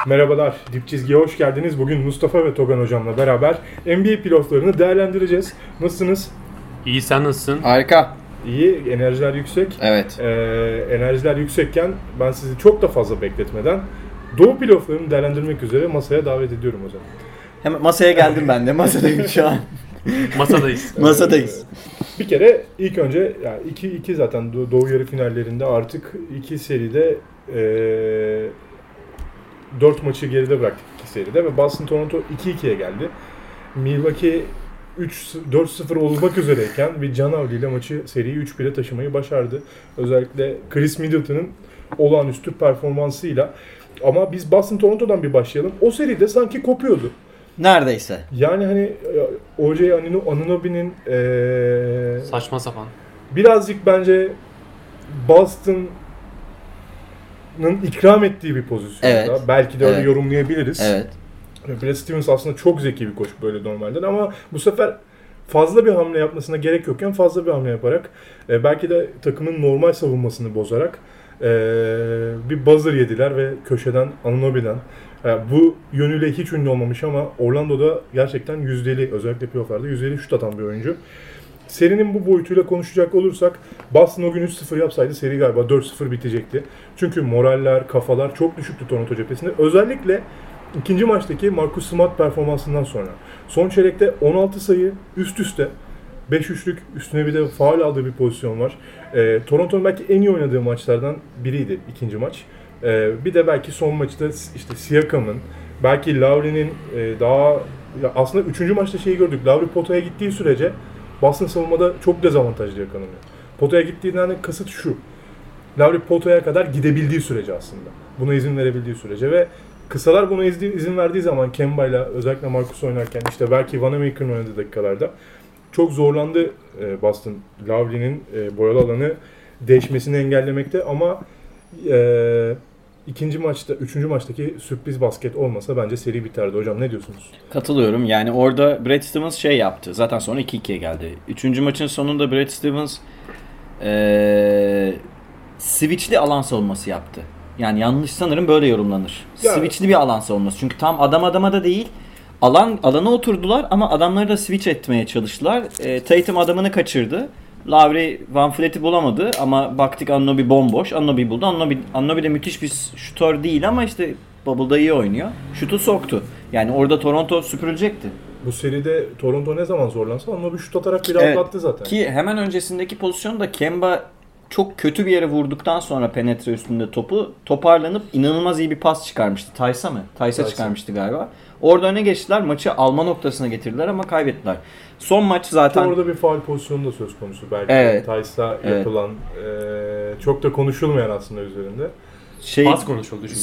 Merhabalar, Dip Çizgi'ye hoş geldiniz. Bugün Mustafa ve Togan hocamla beraber NBA playofflarını değerlendireceğiz. Nasılsınız? İyi, sen nasılsın? Harika. İyi, enerjiler yüksek. Evet. Enerjiler yüksekken ben sizi çok da fazla bekletmeden Doğu playofflarını değerlendirmek üzere masaya davet ediyorum hocam. Hemen masaya geldim ben de. Masadayım şu an. Masadayız. Masadayız. Bir kere ilk önce yani 2-2 zaten Doğu yarı finallerinde artık iki seride 4 maçı geride bıraktık iki seride ve Boston Toronto 2-2'ye geldi. Milwaukee 4-0 olmak üzereyken bir canavliyle maçı seriyi 3-1'e taşımayı başardı. Özellikle Chris Middleton'ın olağanüstü performansıyla. Ama biz Boston Toronto'dan bir başlayalım. O seride sanki kopuyordu. Neredeyse. Yani hani O.J. Anunoby'nin Saçma sapan. birazcık bence Boston'ın ikram ettiği bir pozisyonda. Evet. Belki de öyle Evet. yorumlayabiliriz. Evet. Brad Stevens aslında çok zeki bir koç böyle normalden ama bu sefer fazla bir hamle yapmasına gerek yokken fazla bir hamle yaparak belki de takımın normal savunmasını bozarak bir buzzer yediler ve köşeden Anunoby'den bu yönüyle hiç ünlü olmamış ama Orlando'da gerçekten yüzdeli, özellikle playoff'larda yüzdeli şut atan bir oyuncu. Serinin bu boyutuyla konuşacak olursak Boston o gün 3-0 yapsaydı seri galiba 4-0 bitecekti. Çünkü moraller, kafalar çok düşüktü Toronto cephesinde. Özellikle ikinci maçtaki Marcus Smart performansından sonra. Son çeyrekte 16 sayı üst üste. 5-3'lük üstüne bir de faul aldığı bir pozisyon var. Toronto'nun belki en iyi oynadığı maçlardan biriydi ikinci maç. Bir de belki son maçta işte Siakam'ın, belki Lowry'nin aslında 3. maçta şeyi gördük. Lowry potaya gittiği sürece Boston savunmada çok dezavantajlı yakalanıyor. Potaya gittiğinden kasıt şu. Lowry potaya kadar gidebildiği sürece aslında. Buna izin verebildiği sürece ve kısalar buna izin verdiği zaman Kemba'yla özellikle Marcus oynarken işte belki Vanamaker'ın oynadığı dakikalarda çok zorlandı Boston. Lowry'nin boyalı alanı değişmesini engellemekte ama üçüncü maçtaki sürpriz basket olmasa bence seri biterdi. Hocam ne diyorsunuz? Katılıyorum. Yani orada Brad Stevens şey yaptı. Zaten sonra 2-2'ye geldi. Üçüncü maçın sonunda Brad Stevens switchli alan savunması yaptı. Yani yanlış sanırım böyle yorumlanır. Ya. Switchli bir alan savunması. Çünkü tam adam adama da değil. Alana oturdular ama adamları da switch etmeye çalıştılar. Tatum adamını kaçırdı. Lowry Van Fleet'i bulamadı ama baktık Anunoby bomboş. Anunoby buldu. Anunoby de müthiş bir şutör değil ama işte Bubble'da iyi oynuyor. Şutu soktu. Yani orada Toronto süpürülecekti. Bu seride Toronto ne zaman zorlansa onunla bir şut atarak bir rahatlattı zaten. Ki hemen öncesindeki pozisyonda Kemba çok kötü bir yere vurduktan sonra penetre üstünde topu toparlanıp inanılmaz iyi bir pas çıkarmıştı. Tysa çıkarmıştı galiba. Orada öne geçtiler. Maçı alma noktasına getirdiler ama kaybettiler. Son maç zaten... Orada bir faul pozisyonu da söz konusu. Belki Tysa yapılan çok da konuşulmayan aslında üzerinde. Pas konuşuldu çünkü.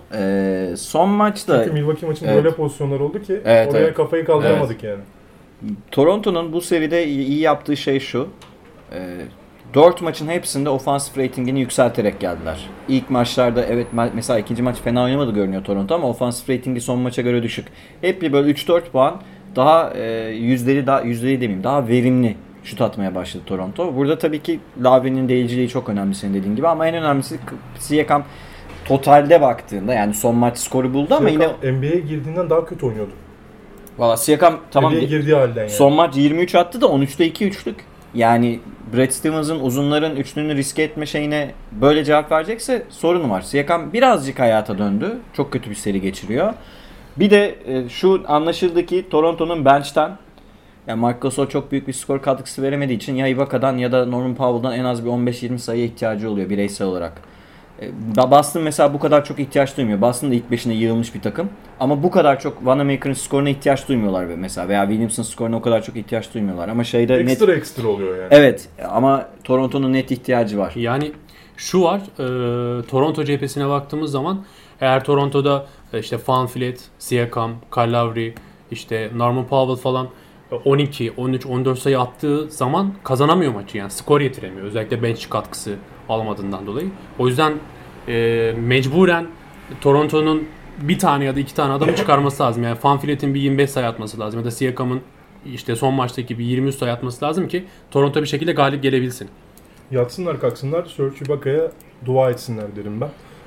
Son maçta... Çünkü Milwaukee maçında öyle pozisyonlar oldu ki oraya kafayı kaldıramadık yani. Toronto'nun bu seride iyi yaptığı şey şu. 4 maçın hepsinde ofansif ratingini yükselterek geldiler. İlk maçlarda mesela ikinci maç fena oynamadı görünüyor Toronto ama ofansif ratingi son maça göre düşük. Hep bir böyle 3-4 puan daha yüzdeli demeyeyim, daha verimli şut atmaya başladı Toronto. Burada tabii ki Lowry'nin değiciliği çok önemli senin dediğin gibi ama en önemlisi Siakam totalde baktığında yani son maç skoru buldu ama yine NBA'ye girdiğinden daha kötü oynuyordu. Valla Siakam tamam NBA'ye girdiği halden yani. Son maç 23 attı da 13'te 2 üçlük. Yani Brad Stevens'ın uzunların üçlünü riske etme şeyine böyle cevap verecekse sorun var. Siakam birazcık hayata döndü. Çok kötü bir seri geçiriyor. Bir de şu anlaşıldı ki Toronto'nun bench'ten yani Marc Gasol çok büyük bir skor katkısı veremediği için ya Ibaka'dan ya da Norman Powell'dan en az bir 15-20 sayıya ihtiyacı oluyor bireysel olarak. Boston mesela bu kadar çok ihtiyaç duymuyor. Boston da ilk beşine yığılmış bir takım. Ama bu kadar çok Vanamaker'ın skoruna ihtiyaç duymuyorlar mesela. Veya Williams'ın skoruna o kadar çok ihtiyaç duymuyorlar. Ama şeyde ekstra oluyor yani. Evet ama Toronto'nun net ihtiyacı var. Yani şu var, Toronto cephesine baktığımız zaman eğer Toronto'da işte Van Fleet, Siakam, Kyle Lowry, işte Norman Powell falan 12, 13, 14 sayı attığı zaman kazanamıyor maçı yani skor getiremiyor. Özellikle bench katkısı almadığından dolayı. O yüzden mecburen Toronto'nun bir tane ya da iki tane adamı çıkarması lazım. Yani Van Fleet'in bir 25 sayı atması lazım ya da Siakam'ın işte son maçtaki bir 23 sayı atması lazım ki Toronto bir şekilde galip gelebilsin. Yatsınlar kalksınlar Serge Ibaka'ya dua etsinler derim ben.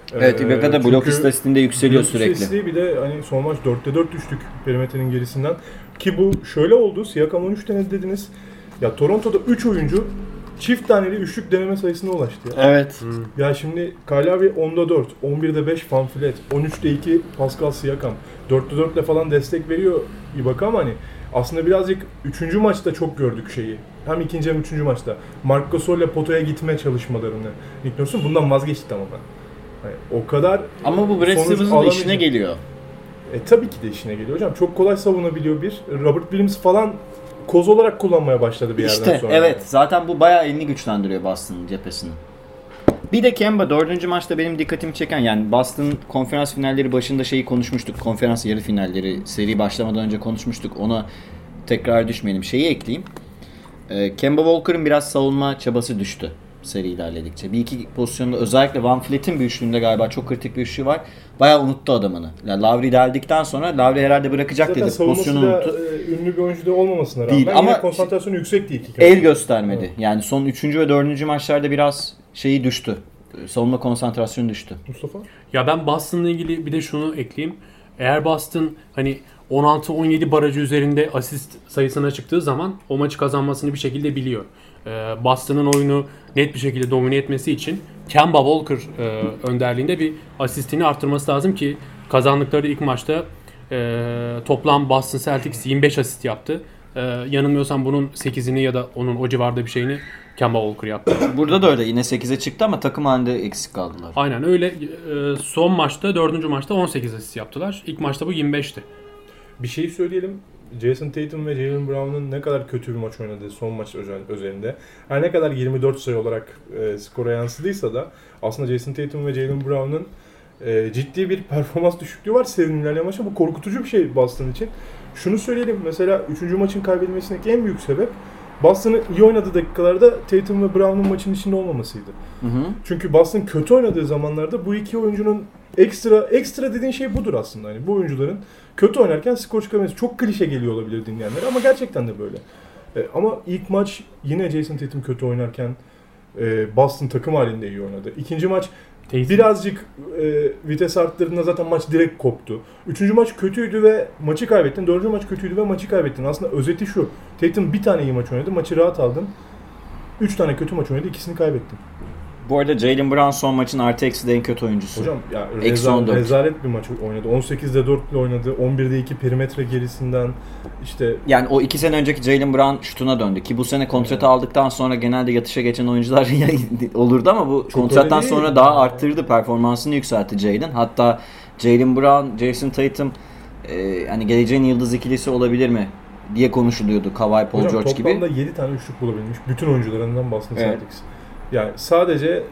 Evet, Ibaka da blok istatistiğinde yükseliyor blok sürekli. istatistiği bir de hani son maç 4'te 4 düştük perimetrenin gerisinden. Ki bu şöyle oldu. Siakam 13 denedi dediniz. Ya Toronto'da 3 oyuncu çift taneli üçlük deneme sayısına ulaştı ya. Evet. Ya şimdi Kyle Lowry 10'da 4, 11'de 5 VanVleet, 13'te 2 Pascal Siakam. 4'te 4 ile falan destek veriyor Ibaka ama hani aslında birazcık 3. maçta çok gördük şeyi. Hem 2. hem 3. maçta. Marc Gasol'le potaya gitme çalışmalarını. Nick Nurse'un bundan vazgeçti tamamen. Yani o kadar Ama bu Brad Stevens'ın işine geliyor. Tabii ki de işine geliyor hocam. Çok kolay savunabiliyor bir. Robert Williams falan koz olarak kullanmaya başladı bir yerden sonra. Evet. Zaten bu bayağı elini güçlendiriyor Boston'ın cephesini. Bir de Kemba 4. maçta benim dikkatimi çeken, yani Boston konferans finalleri başında şeyi konuşmuştuk. Konferans yarı finalleri seri başlamadan önce konuşmuştuk. Ona tekrar düşmeyelim. Şeyi ekleyeyim. Kemba Walker'ın biraz savunma çabası düştü seri ilerledikçe. Bir iki pozisyonda özellikle VanVleet'in bir üçlüğünde galiba çok kritik bir üçlüğü var. Bayağı unuttu adamını. Yani Lowry deldikten sonra Lowry herhalde bırakacak zaten dedi. Pozisyonu unuttu. Ünlü bir oyuncu da olmamasına rağmen Değil, yine ama konsantrasyonu yüksek değil. El göstermedi. Evet. Yani son 3. ve 4. maçlarda biraz şeyi düştü. Savunma konsantrasyonu düştü. Mustafa? Ya ben Boston'la ilgili bir de şunu ekleyeyim. Eğer Boston hani 16-17 barajı üzerinde asist sayısına çıktığı zaman o maçı kazanmasını bir şekilde biliyor. Boston'ın oyunu net bir şekilde domine etmesi için Kemba Walker önderliğinde bir asistini arttırması lazım ki kazandıkları ilk maçta toplam Boston Celtics 25 asist yaptı. Yanılmıyorsam bunun 8'ini ya da onun o civarda bir şeyini Kemba Walker yaptı. Burada da öyle, yine 8'e çıktı ama takım halinde eksik kaldılar. Aynen öyle. Son maçta 4. maçta 18 asist yaptılar. İlk maçta bu 25'ti. Bir şey söyleyelim. Jason Tatum ve Jaylen Brown'un ne kadar kötü bir maç oynadığı son maç özelinde. Her ne kadar 24 sayı olarak skora yansıdıysa da aslında Jason Tatum ve Jaylen Brown'un ciddi bir performans düşüklüğü var serinin ilerleyen maçta. Bu korkutucu bir şey Boston için. Şunu söyleyelim. Mesela 3. maçın kaybedilmesindeki en büyük sebep Boston'ın iyi oynadığı dakikalarda Tatum ve Brown'un maçın içinde olmamasıydı. Hı hı. Çünkü Boston kötü oynadığı zamanlarda bu iki oyuncunun ekstra dediğin şey budur aslında. Yani bu oyuncuların kötü oynarken skor çıkarması çok klişe geliyor olabilir dinleyenlere ama gerçekten de böyle. Ama ilk maç yine Jason Tatum kötü oynarken Boston takım halinde iyi oynadı. İkinci maç birazcık vites arttırdığında zaten maç direkt koptu. 3. maç kötüydü ve maçı kaybettin. 4. maç kötüydü ve maçı kaybettin. Aslında özeti şu. Tatum bir tane iyi maç oynadı. Maçı rahat aldın. 3 tane kötü maç oynadı. İkisini kaybettin. Bu arada Jaylen Brown son maçın artı eksi de en kötü oyuncusu. Hocam ya rezalet bir maç oynadı. 18'de 4 ile oynadı. 11'de 2 perimetre gerisinden işte. Yani o 2 sene önceki Jaylen Brown şutuna döndü ki bu sene kontratı aldıktan sonra genelde yatışa geçen oyuncular olurdu ama bu çok kontrattan sonra daha arttırdı, performansını yükseltti Jaylen. Hatta Jaylen Brown, Jason Tatum hani geleceğin yıldız ikilisi olabilir mi diye konuşuluyordu. Kawhi, Paul George gibi. Toplamda 7 tane üçlük bulabilmiş. Bütün oyuncularından Boston Celtics. Yani sadece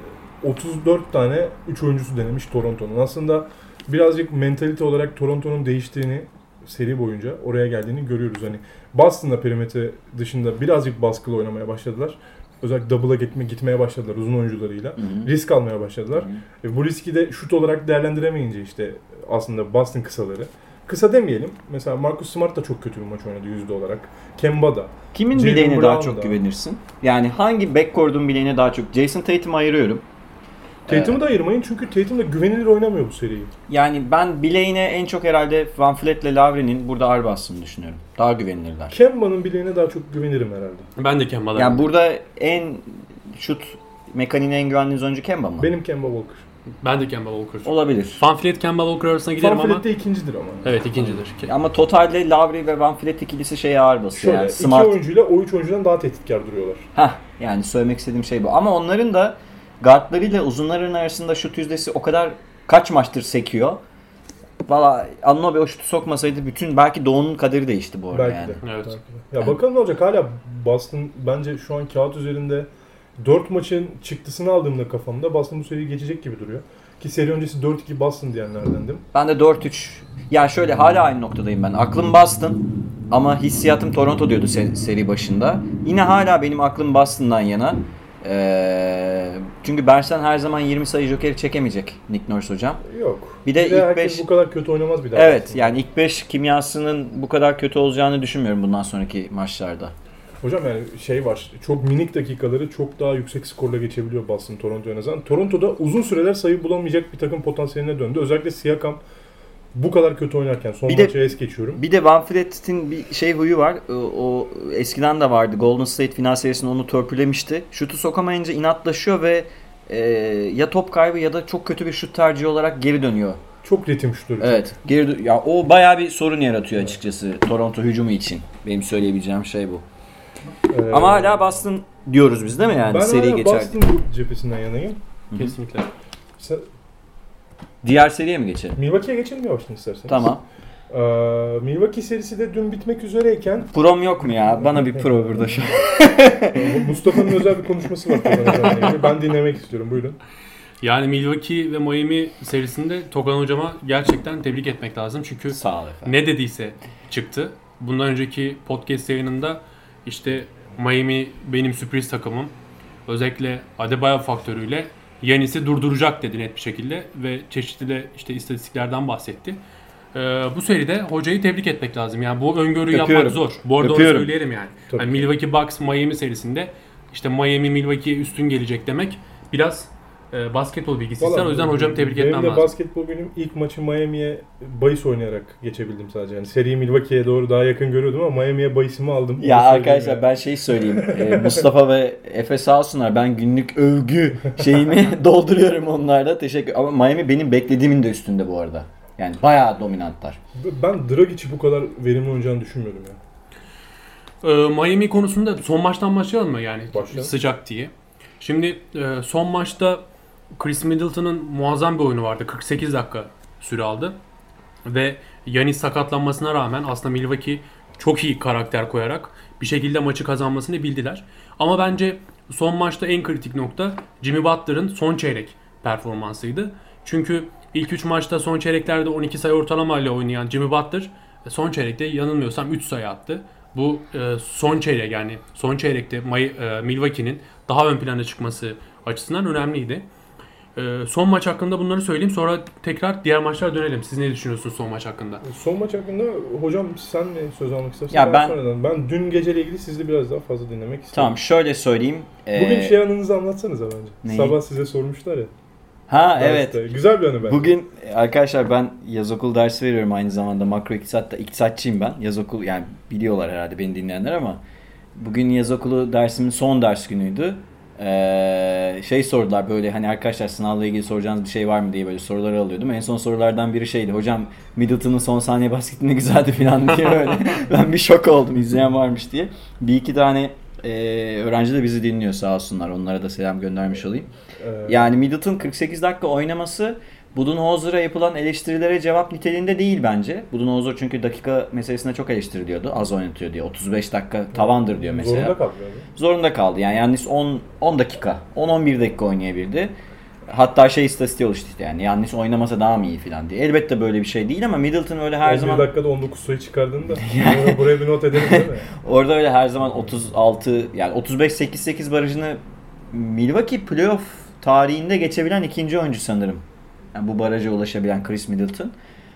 34 tane 3 oyuncusu denemiş Toronto'nun. Aslında birazcık mentalite olarak Toronto'nun değiştiğini seri boyunca oraya geldiğini görüyoruz. Hani Boston'da perimetre dışında birazcık baskılı oynamaya başladılar. Özellikle double'a gitmeye başladılar uzun oyuncularıyla. Hı-hı. Risk almaya başladılar. Bu riski de şut olarak değerlendiremeyince işte aslında Boston kısaları. Kısa demeyelim. Mesela Marcus Smart da çok kötü bir maç oynadı yüzde olarak. Kemba da. Kimin bileğine daha çok güvenirsin? Yani hangi backcourt'un bileğine daha çok? Jason Tatum'u ayırıyorum. Tatum'u da ayırmayın çünkü Tatum da güvenilir oynamıyor bu seriyi. Yani ben bileğine en çok herhalde VanVleet'le Lowry'nin burada ağır bastığını düşünüyorum. Daha güvenilirler. Kemba'nın bileğine daha çok güvenirim herhalde. Ben de Kemba'dan. Yani burada en şut mekaniğine en güvendiğiniz oyuncu Kemba mı? Benim Kemba Walker. Ben de Kemba Walker. Olabilir. VanVleet, Kemba Walker arasına giderim ama. VanVleet de ikincidir ama. Evet ikincidir. Ama totalde Lowry ve VanVleet ikilisi şeye ağır basıyor. Şöyle, yani Smart. İki oyuncuyla o 3 oyuncudan daha tehditkar duruyorlar. Yani söylemek istediğim şey bu. Ama onların da guardlarıyla uzunların arasında şut yüzdesi o kadar kaç maçtır sekiyor. Valla Anunoby o şutu sokmasaydı bütün belki Doğu'nun kaderi değişti bu arada belki yani. De. Evet. Belki de. Ya bakalım ne olacak. Hala Boston bence şu an kağıt üzerinde 4 maçın çıktısını aldığımda kafamda Boston bu seriyi geçecek gibi duruyor. Ki seri öncesi 4-2 Boston diyenlerdendim. Ben de 4-3. Ya şöyle hala aynı noktadayım ben. Aklım Boston ama hissiyatım Toronto diyordu seri başında. Yine hala benim aklım Boston'dan yana. Çünkü bench'ten her zaman 20 sayı jokeri çekemeyecek Nick Nurse hocam. Yok. Bir de ilk 5 bu kadar kötü oynamaz bir daha. Evet yani ilk 5 kimyasının bu kadar kötü olacağını düşünmüyorum bundan sonraki maçlarda. Hocam yani şey var, çok minik dakikaları çok daha yüksek skorla geçebiliyor Boston Toronto'ya nazaran. Toronto'da uzun süreler sayı bulamayacak bir takım potansiyeline döndü. Özellikle Siakam bu kadar kötü oynarken son maça es geçiyorum. Bir de Van Vliet'in bir şey huyu var. O eskiden de vardı. Golden State final serisinde onu törpülemişti. Şutu sokamayınca inatlaşıyor ve ya top kaybı ya da çok kötü bir şut tercihi olarak geri dönüyor. Çok ritim şutu. Evet. Ya o bayağı bir sorun yaratıyor açıkçası Toronto hücumu için. Benim söyleyebileceğim şey bu. Ama hala Boston diyoruz biz değil mi yani? Ben seri hala geçer. Boston cephesinden yanayım. Kesinlikle. Diğer seriye mi geçelim? Milwaukee'ye geçelim yavaştan isterseniz. Tamam. Milwaukee serisi de dün bitmek üzereyken Prom yok mu ya? Bana bir pro burada şu. Mustafa'nın özel bir konuşması var. Ben dinlemek istiyorum. Buyurun. Yani Milwaukee ve Miami serisinde Togan hocama gerçekten tebrik etmek lazım. Çünkü Sağ ol efendim. ne dediyse çıktı. Bundan önceki podcast yayınında işte Miami benim sürpriz takımım. Özellikle Adebayo faktörüyle Giannis'i durduracak dedi net bir şekilde ve çeşitli de işte istatistiklerden bahsetti. Bu seride hocayı tebrik etmek lazım. Yani bu öngörüyü yapmak zor. Bu arada onu söyleyelim yani. Yani Milwaukee Bucks Miami serisinde işte Miami Milwaukee üstün gelecek demek biraz basketbol bilgisi ister. O yüzden hocamı tebrik etmem lazım. Benim de basketbol benim ilk maçı Miami'ye bahis oynayarak geçebildim sadece. Yani seriyi Milwaukee'ye doğru daha yakın görüyordum ama Miami'ye bahisimi aldım. Ya arkadaşlar yani. Ben şey söyleyeyim. Mustafa ve Efe sağ olsunlar. Ben günlük övgü şeyimi dolduruyorum onlarda. Teşekkür. Ama Miami benim beklediğimin de üstünde bu arada. Yani bayağı dominantlar. Ben Dragic'i bu kadar verimli oynayacağını düşünmüyordum ya. Miami konusunda son maçtan başlayalım mı yani? Başlayalım. Sıcak diye. Şimdi son maçta Chris Middleton'ın muazzam bir oyunu vardı. 48 dakika süre aldı. Ve Giannis sakatlanmasına rağmen aslında Milwaukee çok iyi karakter koyarak bir şekilde maçı kazanmasını bildiler. Ama bence son maçta en kritik nokta Jimmy Butler'ın son çeyrek performansıydı. Çünkü ilk 3 maçta son çeyreklerde 12 sayı ortalamayla oynayan Jimmy Butler son çeyrekte yanılmıyorsam 3 sayı attı. Bu son çeyrek yani son çeyrekte Milwaukee'nin daha ön plana çıkması açısından önemliydi. Son maç hakkında bunları söyleyeyim. Sonra tekrar diğer maçlara dönelim. Siz ne düşünüyorsunuz son maç hakkında? Son maç hakkında hocam sen ne söz almak istersin? Ya ben dün geceyle ilgili sizi biraz daha fazla dinlemek istiyorum. Tamam şöyle söyleyeyim. Bugün şey anınızı anlatsanıza bence. Neyi? Sabah size sormuşlar ya. Ha evet. Güzel bir anı bence. Bugün arkadaşlar ben yaz okulu dersi veriyorum aynı zamanda makro iktisatçıyım ben. Yaz okulu yani biliyorlar herhalde beni dinleyenler ama bugün yaz okulu dersimin son ders günüydü. Şey sordular böyle hani arkadaşlar sınavla ilgili soracağınız bir şey var mı diye böyle soruları alıyordum. En son sorulardan biri şeydi. Hocam Middleton'ın son saniye basketi ne güzeldi falan diye böyle. Ben bir şok oldum izleyen varmış diye. Bir iki tane öğrenci de bizi dinliyor sağ olsunlar. Onlara da selam göndermiş olayım. Yani Middleton 48 dakika oynaması Budenholzer'a yapılan eleştirilere cevap niteliğinde değil bence. Budenholzer çünkü dakika meselesinde çok eleştiriliyordu. Az oynatıyor diye. 35 dakika tavandır diyor mesela. Zorunda kaldı yani. Zorunda kaldı. Yani Giannis 10 dakika, 10-11 dakika oynayabildi. Hatta şey istatistiği oluştu işte yani Giannis oynamasa daha mı iyi falan diye. Elbette böyle bir şey değil ama Middleton öyle her zaman... 11 dakikada 19 sayı çıkardığında buraya bir not edelim değil mi? Orada öyle her zaman 36 yani 35-8-8 barajını Milwaukee playoff tarihinde geçebilen ikinci oyuncu sanırım. Yani bu baraja ulaşabilen Chris Middleton.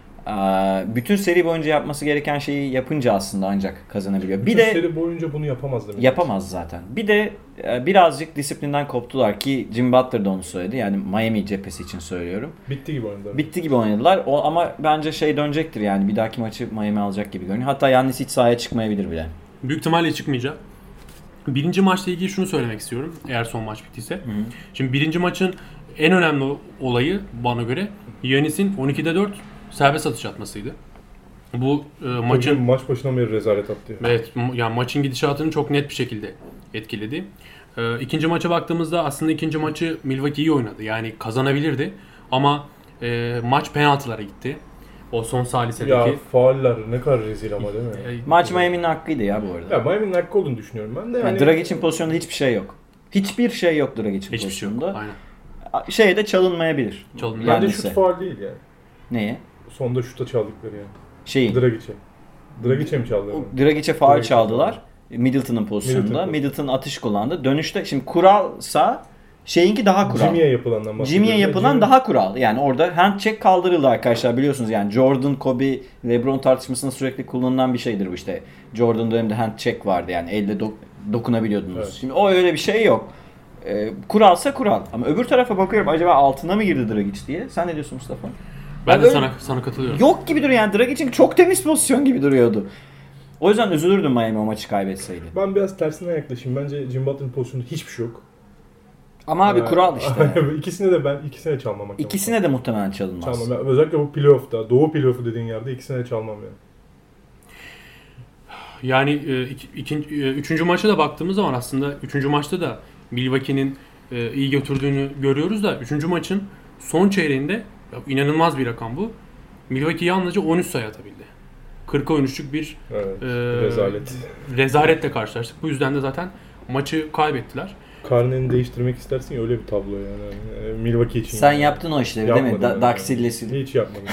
Bütün seri boyunca yapması gereken şeyi yapınca aslında ancak kazanabiliyor. Bütün seri boyunca bunu yapamaz demek. Yapamaz zaten. Bir de birazcık disiplinden koptular ki Jim Butler da onu söyledi. Yani Miami cephesi için söylüyorum. Bitti gibi oynadılar. Bitti gibi oynadılar. Ama bence şey dönecektir yani. Bir dahaki maçı Miami alacak gibi görünüyor. Hatta Giannis hiç sahaya çıkmayabilir bile. Büyük ihtimalle çıkmayacak. Birinci maçla ilgili şunu söylemek istiyorum. Eğer son maç bittiyse. Şimdi birinci maçın en önemli olayı bana göre Giannis'in 12'de 4 serbest atış atmasıydı. Bu maçın maç başından beri rezalet attı. Evet, yani maçın gidişatını çok net bir şekilde etkiledi. İkinci maça baktığımızda aslında ikinci maçı Milwaukee iyi oynadı. Yani kazanabilirdi ama maç penaltılara gitti. O son salisedeki. Ya fauller ne kadar rezil ama değil mi? Maç Miami'nin hakkıydı ya bu arada. Ya Miami'nin hakkı olduğunu düşünüyorum ben de. Yani Dragic'in pozisyonunda hiçbir şey yok. Hiçbir şey yok Dragic'in pozisyonunda. Hiçbir şey yok. Aynen. Şeyde çalınmayabilir. Bence şut faul değil yani. Neye? Sonda şuta çaldıkları yani. Şeyi. Dragic'e mi çaldılar? Dragic'e faul çaldılar. Middleton'ın pozisyonunda. Middleton atış kullandı. Dönüşte şimdi kuralsa şeyinki daha kural. Jimmy'ye yapılandan bahsediyorum. Jimmy'ye yapılan daha kural. Yani orada hand check kaldırıldı arkadaşlar biliyorsunuz yani Jordan, Kobe, LeBron tartışmasında sürekli kullanılan bir şeydir bu işte. Jordan döneminde hand check vardı yani elle dokunabiliyordunuz. Evet. Şimdi o öyle bir şey yok. Kuralsa kural. Ama öbür tarafa bakıyorum acaba altına mı girdi Dragic diye. Sen ne diyorsun Mustafa? Ben de öyle- sana katılıyorum. Yok gibi duruyor yani. Dragic'in çok temiz pozisyon gibi duruyordu. O yüzden üzülürdüm Miami o maçı kaybetseydi. Ben biraz tersinden yaklaşayım. Bence Jim Butler'ın pozisyonunda hiçbir şey yok. Ama abi kural işte. ikisine de çalmamak lazım. İkisine de muhtemelen çalınmaz. Çalmam. Yani özellikle bu playoff'ta, Doğu playoff'u dediğin yerde ikisine de çalmam yani. Yani üçüncü maça da baktığımız zaman aslında üçüncü maçta da Milwaukee'nin iyi götürdüğünü görüyoruz da üçüncü maçın son çeyreğinde inanılmaz bir rakam bu. Milwaukee yalnızca 13 sayı atabildi. 40'a 13'lük bir Evet, rezalet. rezaletle karşılaştık. Bu yüzden de zaten maçı kaybettiler. Karneni değiştirmek istersin ya, öyle bir tablo yani. Milwaukee için. Sen yaptın o işleri değil mi? Yapmadım yani. Daxil'le Hiç yapmadım.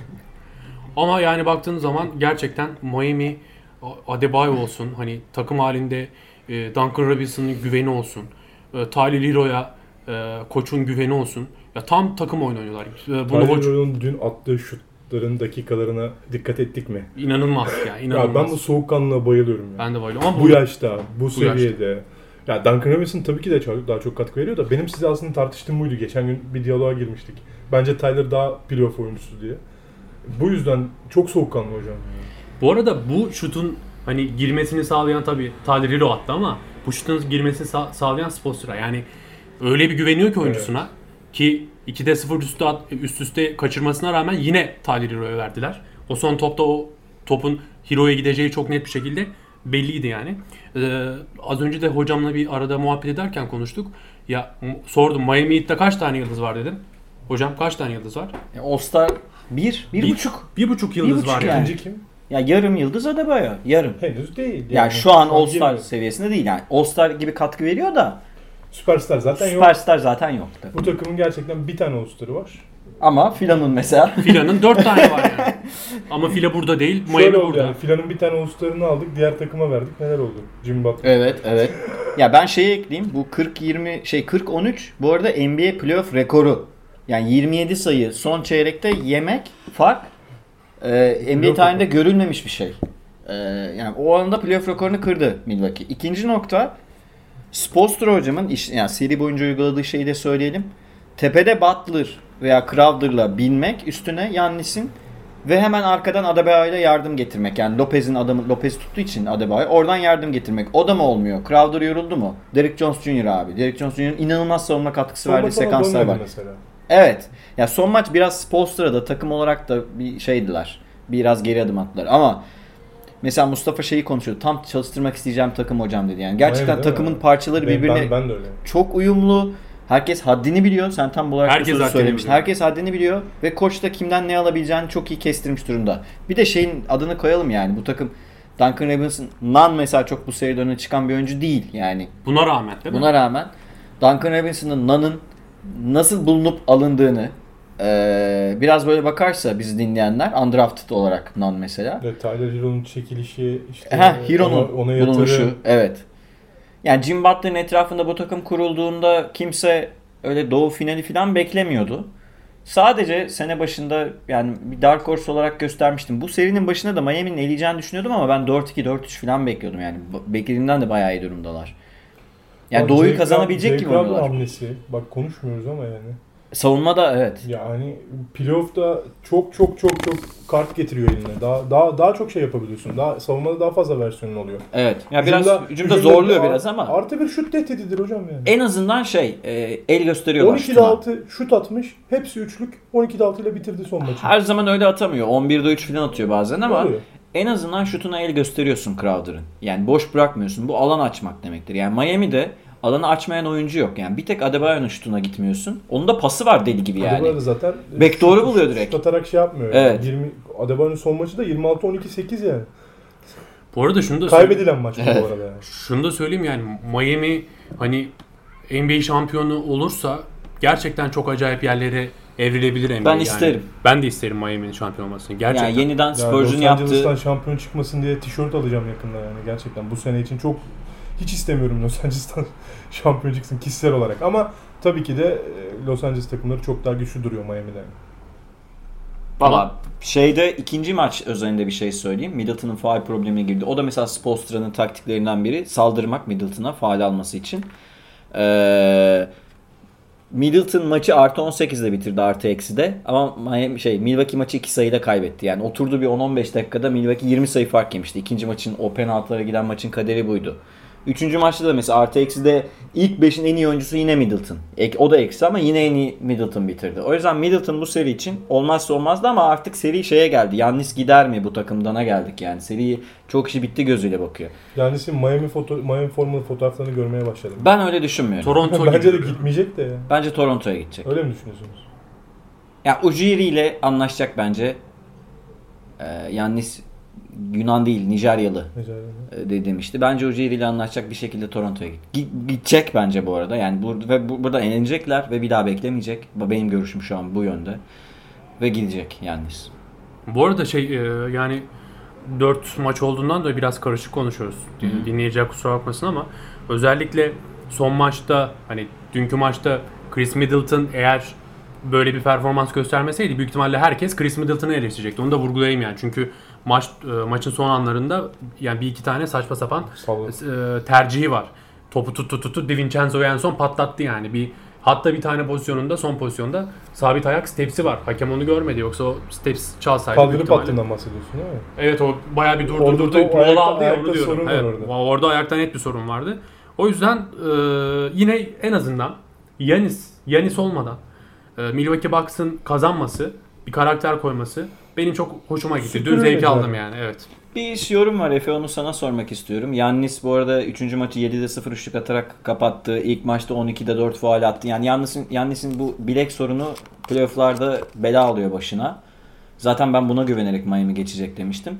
Ama yani baktığın zaman gerçekten Miami, Adebayo olsun, hani takım halinde Duncan Robinson'ın güveni olsun, Tyler Hero'ya koçun güveni olsun. Ya tam takım oyunu oynuyorlar. Tyler Hero'nun dün attığı şutların dakikalarına dikkat ettik mi? İnanılmaz ya, inanılmaz. Ya ben bu soğukkanlılığa bayılıyorum ya. Ben de bayılıyorum ama Bu yaşta, bu seviyede. Ya Duncan Robinson tabii ki de daha çok katkı veriyor da benim size aslında tartıştığım buydu. Geçen gün bir diyaloğa girmiştik. Bence Tyler daha playoff oyuncusu diye. Bu yüzden çok soğukkanlı hocam. Bu arada bu şutun hani girmesini sağlayan tabii Tyler Hero attı ama bu şutun girmesini sağlayan Spoelstra. Yani öyle bir güveniyor ki oyuncusuna ki 2'de 0 üst üste kaçırmasına rağmen yine Tyler Hero'ya verdiler. O son topta o topun Hero'ya gideceği çok net bir şekilde belliydi yani. Az önce de hocamla bir arada muhabbet ederken konuştuk. Ya sordum, Miami Heat'te kaç tane yıldız var dedim. Hocam kaç tane yıldız var? All-Star 1,5. 1,5 yıldız var yani. İkinci kim? Ya yarım yıldız Adebayo. Yarım. Henüz değil. Yani şu an Şu All-Star girmiyor. seviyesinde değil yani. All-Star gibi katkı veriyor da Süperstar zaten yok. Süperstar zaten yoktu. Bu takımın gerçekten bir tane All-Star'ı var. Ama Filan'ın mesela. Fila'nın 4 tane var yani. Ama Fila burada değil, Miami Şöyle oldu burada. yani. Filan'ın bir tane All-Star'ını aldık, diğer takıma verdik. Neler oldu? Jim Butler. Evet. Ya ben şeyi ekleyeyim. Bu 40-13 bu arada NBA playoff rekoru. Yani 27 sayı son çeyrekte yemek fark NBA tarihinde görülmemiş bir şey. Yani o anda playoff rekorunu kırdı Milwaukee. İkinci nokta, Spoelstra hocamın yani seri boyunca uyguladığı şeyi de söyleyelim. Tepede Butler veya Crowder'la binmek, üstüne Giannis'in ve hemen arkadan Adebayo'ya yardım getirmek. Yani Lopez tuttuğu için Adebayo oradan yardım getirmek. O da mı olmuyor? Crowder yoruldu mu? Derrick Jones Jr. abi. Derrick Jones Jr.'ın inanılmaz savunma katkısı verdiği sekanslar var. Mesela. Evet. Ya son maç biraz Spoelstra'da takım olarak da bir şeydiler. Biraz geri adım attılar. Ama mesela Mustafa şeyi konuşuyordu. Tam çalıştırmak isteyeceğim takım hocam dedi. Yani gerçekten Aynen, takımın mi? parçaları birbirine Ben de öyle. çok uyumlu. Herkes haddini biliyor. Sen tam olarak Herkes bu sözü haddini söylemiştin. biliyor. Herkes haddini biliyor ve koç da kimden ne alabileceğini çok iyi kestirmiş durumda. Bir de şeyin adını koyalım yani. Bu takım Duncan Robinson mesela çok bu seride öne çıkan bir oyuncu değil yani. Buna rağmen değil mi? Buna rağmen Duncan Robinson'ın Nun'ın nasıl bulunup alındığını biraz böyle bakarsa bizi dinleyenler, undrafted olarak Nun mesela. Evet, Tyler Hero'nun çekilişi, işte Hero'nun ona bulunuşu. yatırım. Evet. Yani Jim Butler'ın etrafında bu takım kurulduğunda kimse öyle doğu finali falan beklemiyordu. Sadece sene başında yani bir dark horse olarak göstermiştim. Bu serinin başında da Miami'nin eleyeceğini düşünüyordum ama ben 4-2, 4-3 falan bekliyordum yani. Beklediğimden de bayağı iyi durumdalar. Yani doğuyu kazanabilecek gibi oynuyorlar. Hamlesi. Bak konuşmuyoruz ama yani. Savunmada evet. Yani playoff'ta çok kart getiriyor eline. Daha çok şey yapabiliyorsun. Savunmada daha fazla versiyonun oluyor. Evet. Ya biraz hücumda zorluyor biraz ama. Artı bir şut tehdididir hocam yani. En azından el gösteriyorlar. 12'de 6 şut atmış. Hepsi üçlük. 12'de 6 ile bitirdi son maçı. Her zaman öyle atamıyor. 11'de 3 falan atıyor bazen ama Oluyor. en azından şutuna el gösteriyorsun Crowder'ın. Yani boş bırakmıyorsun. Bu alan açmak demektir. Yani Miami'de alanı açmayan oyuncu yok. Yani bir tek Adebayo'nun şutuna gitmiyorsun. Onun da pası var deli gibi yani. Adebayo da zaten Backdoor'u buluyor direkt. Şut atarak şey yapmıyor. Evet. Yani. Adebayo'nun son maçı da 26-12-8 yani. Bu arada şunu da Kaybedilen maç bu arada yani. Şunu da söyleyeyim yani Miami hani NBA şampiyonu olursa gerçekten çok acayip yerlere evrilebilir NBA. Ben isterim. Ben de isterim Miami'nin şampiyon olmasını. Gerçekten. Yani yeniden Spurs'un Los yaptığı... Angeles'tan şampiyon çıkmasın diye tişört alacağım yakında yani gerçekten. Bu sene için hiç istemiyorum Los Angeles'tan şampiyon çıksın kişisel olarak. Ama tabii ki de Los Angeles takımları çok daha güçlü duruyor Miami'den. Valla şeyde ikinci maç özelinde bir şey söyleyeyim. Middleton'ın faul problemine girdi. O da mesela Spoelstra'nın taktiklerinden biri. Saldırmak Middleton'a faul alması için. Middleton maçı artı 18'de bitirdi artı ekside. Ama Milwaukee maçı 2 sayıda kaybetti. Yani oturdu bir 10-15 dakikada Milwaukee 20 sayı fark yemişti. İkinci maçın o penaltılara giden maçın kaderi buydu. Üçüncü maçta da mesela artı ekside ilk 5'in en iyi oyuncusu yine Middleton. O da eksi ama yine en iyi Middleton bitirdi. O yüzden Middleton bu seri için olmazsa olmazdı ama artık seri şeye geldi. Yannis gider mi bu takımdana geldik yani. Seri çok işi bitti gözüyle bakıyor. Yannis'in Miami formalı fotoğraflarını görmeye başladım. Ben öyle düşünmüyorum. Toronto Bence de gibi. gitmeyecek de ya. Bence Toronto'ya gidecek. Öyle mi düşünüyorsunuz? Ya Ujiri ile anlaşacak bence. Yannis Yunan değil, Nijeryalı demişti. Bence Ujiri ile anlaşacak bir şekilde Toronto'ya gidecek bence bu arada. Yani burada eğlenecekler ve bir daha beklemeyecek. Benim görüşüm şu an bu yönde. Ve gidecek Yannis. Bu arada yani 4 maç olduğundan da biraz karışık konuşuyoruz. Dinleyiciler kusura bakmasın ama özellikle son maçta hani dünkü maçta Chris Middleton eğer böyle bir performans göstermeseydi büyük ihtimalle herkes Chris Middleton'ı eleştirecekti. Onu da vurgulayayım yani. Çünkü maçın son anlarında yani bir iki tane saçma sapan tercihi var. Topu tuttu DiVincenzo'yu en son patlattı yani. Hatta bir tane pozisyonunda son pozisyonda sabit ayak stepsi var. Hakem onu görmedi yoksa o steps çalsaydı. Kaldırıp attığından bahsediyorsun değil mi? Evet o bayağı bir durdurdu. Mola aldı ya onu diyorum. Evet, orada ayakta net bir sorun vardı. O yüzden yine en azından Yannis olmadan Milwaukee Bucks'ın kazanması, bir karakter koyması benim çok hoşuma gitti. Dün zevk aldım yani. Evet. Bir yorum var Efe, onu sana sormak istiyorum. Yannis bu arada 3. maçı 7'de 0 üçlük atarak kapattı. İlk maçta 12'de 4 faul attı. Yani Yannis'in bu bilek sorunu playoff'larda bela alıyor başına. Zaten ben buna güvenerek Miami geçecek demiştim.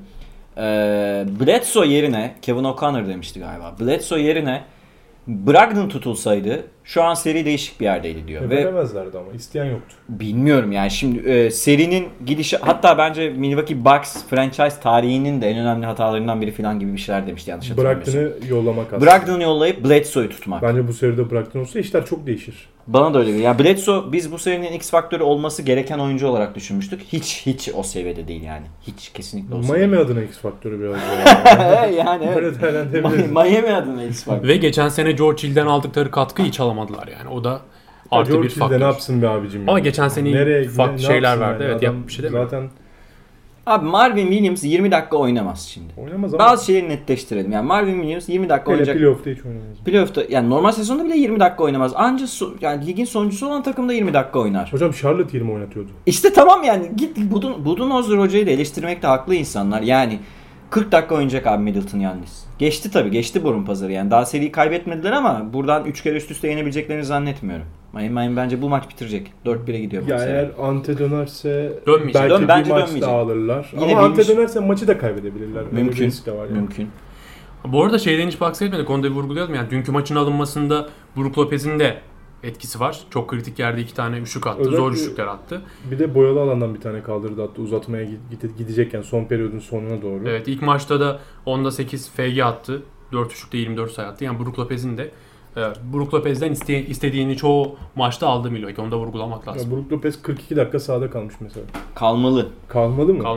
Bledsoe yerine Kevin O'Connor demişti galiba. Bledsoe yerine Brogdon tutulsaydı şu an seri değişik bir yerdeydi diyor. Veremezlerdi ama isteyen yoktu. Bilmiyorum yani şimdi serinin gidişi, hatta bence Milwaukee Bucks franchise tarihinin de en önemli hatalarından biri falan gibi bir şeyler demişti yanlış hatırlamıyorsam. Brogdon'u yollamak aslında. Brogdon'u yollayıp Bledsoe'yu tutmak. Bence bu seride Brogdon olsa işler çok değişir. Bana da öyle geliyor. Yani Bledsoe biz bu serinin X faktörü olması gereken oyuncu olarak düşünmüştük. Hiç o seviyede değil yani. Hiç kesinlikle o seviyede. Miami adına X faktörü biraz yani böyle değerlendirebiliriz. Miami adına X faktörü. Ve geçen sene George Hill'den aldıkları katkıyı hiç alamadılar yani. O da artı George bir faktör. ne yapsın be abicim? Ama geçen sene farklı şeyler verdi. Yani? Evet yapmış bir şey değil mi? Zaten Abi Marvin Williams 20 dakika oynamaz şimdi. Oynamaz ama. Bazı şeyleri netleştirelim. Yani Marvin Williams 20 dakika oynayacak. Playoff'ta hiç oynamaz. Playoff'ta yani normal sezonda bile 20 dakika oynamaz. Ancak yani ligin sonuncusu olan takımda 20 dakika oynar. Hocam Charlotte 20 oynatıyordu. İşte tamam yani git Budenholzer hocayı da eleştirmekte haklı insanlar. Yani 40 dakika oynayacak abi Middleton Yannis. Geçti tabii. Geçti burun pazarı yani. Daha seriyi kaybetmediler ama buradan 3 kere üst üste yenebileceklerini zannetmiyorum. Miami bence bu maç bitirecek. 4-1'e gidiyor bu seri. Eğer Ante dönerse Dönmeyecek. belki Bence bir maç dönmeyecek. daha alırlar. Yine ama Ante bilmiş. dönerse maçı da kaybedebilirler. Mümkün. Yani. Mümkün. Bu arada şeyden hiç bahsetmedik. Onu da vurgulayalım. Yani dünkü maçın alınmasında Brook Lopez'in de etkisi var. Çok kritik yerde 2 tane üçlük attı. Özellikle Zor üçlükler attı. Bir de boyalı alandan bir tane kaldırdı attı. Uzatmaya gidecekken son periyodun sonuna doğru. Evet ilk maçta da 10'da 8 FG attı. 4 üçlükte 24 sayı attı. Yani Brook Lopez'in de Brook Lopez'den istediğini çoğu maçta aldı Milwaukee. Onu da vurgulamak lazım. Ya Brook Lopez 42 dakika sahada kalmış mesela. Kalmalı. Kalmalı mı?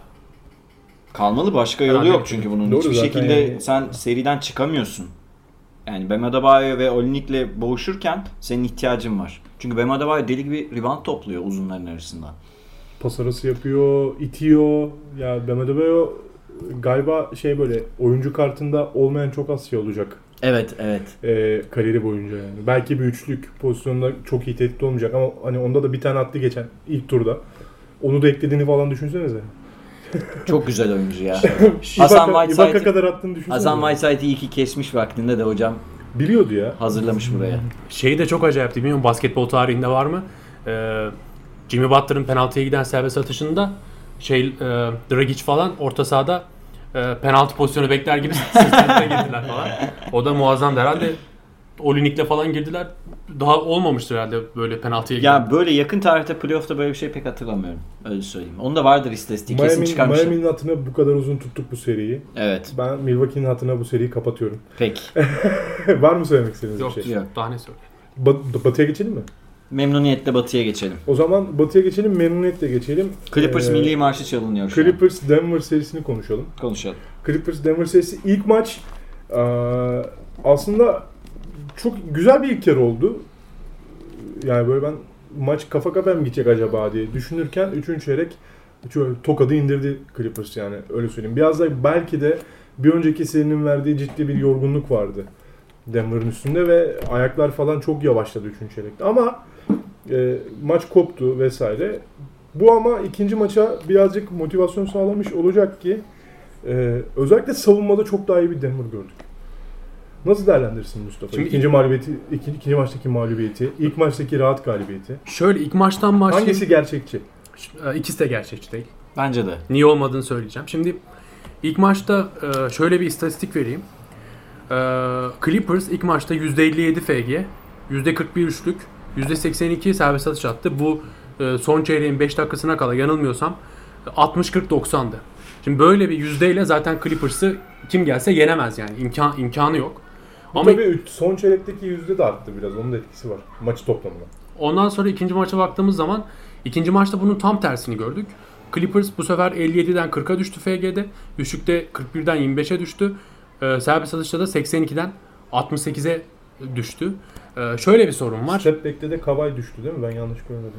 Kalmalı, başka yolu Herhalde yok çünkü bunun. Doğru, hiçbir zaten şekilde yani. sen seriden çıkamıyorsun. Yani Bam Adebayo ve Olynyk'le boğuşurken senin ihtiyacın var. Çünkü Bam Adebayo deli gibi rebound topluyor uzunların arasında. Pas arası yapıyor, itiyor. Ya Bam Adebayo galiba böyle oyuncu kartında olmayan çok az şey olacak. Evet. Kariyeri boyunca yani. Belki bir üçlük pozisyonunda çok iyi tehdit olmayacak ama hani onda da bir tane attı geçen ilk turda. Onu da eklediğini falan düşünsenize. Çok güzel oyuncu ya. Ibaka kadar attığını düşünsene. Hasan Whiteside'i iyi ki kesmiş vaktinde de hocam. Biliyordu ya. Hazırlamış buraya. Şeyi de çok acayipti. Bilmiyorum basketbol tarihinde var mı? Jimmy Butler'ın penaltıya giden serbest atışında Dragic falan orta sahada penaltı pozisyonu bekler gibi sırtına girdiler falan. O da muazzamdı herhalde. Olynyk'le falan girdiler. Daha olmamıştır herhalde böyle penaltıya giden. Ya böyle yakın tarihte playoff'ta böyle bir şey pek hatırlamıyorum. Öyle söyleyeyim. Onu da vardır istatistiği. Kesin çıkarmışlar. Miami'nin hatına bu kadar uzun tuttuk bu seriyi. Evet. Ben Milwaukee'nin hatına bu seriyi kapatıyorum. Peki. Var mı söylemek istediğiniz Yok, bir şey? yok. Daha ne söyle? Batı'ya geçelim mi? memnuniyetle Batı'ya geçelim. O zaman Batı'ya geçelim, memnuniyetle geçelim. Clippers milli marşı çalınıyor şu an. Clippers Denver serisini konuşalım. Clippers Denver serisi ilk maç aslında çok güzel bir ilk yarı oldu. Yani böyle ben maç kafa kafaya mı gidecek acaba diye düşünürken 3. çeyrek tokadı indirdi Clippers, yani öyle söyleyeyim. Biraz da belki de bir önceki serinin verdiği ciddi bir yorgunluk vardı Denver'ın üstünde ve ayaklar falan çok yavaşladı 3. çeyrekte. Ama maç koptu vesaire. Bu ama ikinci maça birazcık motivasyon sağlamış olacak ki özellikle savunmada çok daha iyi bir Denver gördük. Nasıl değerlendirirsin Mustafa? Şimdi ikinci maçtaki mağlubiyeti, ilk maçtaki rahat galibiyeti. Şöyle ilk maçtan başlayayım. Hangisi gerçekçi? İkisi de gerçekçi değil. Bence de. Niye olmadığını söyleyeceğim. Şimdi ilk maçta şöyle bir istatistik vereyim. Clippers ilk maçta %57 FG, %41 üçlük, %82 serbest atış attı. Bu son çeyreğin 5 dakikasına kala yanılmıyorsam 60-40-90'dı. Şimdi böyle bir yüzdeyle zaten Clippers'ı kim gelse yenemez yani. İmkanı yok. Ama tabii son çeyrekteki yüzde de arttı biraz. Onun da etkisi var. Maçı toplamında. Ondan sonra ikinci maça baktığımız zaman ikinci maçta bunun tam tersini gördük. Clippers bu sefer 57'den 40'a düştü FG'de. Üçlükte 41'den 25'e düştü. Serbest atışta da 82'den 68'e düştü. Şöyle bir sorun var. Step back'te de Kawhi düştü değil mi? Ben yanlış görmedim.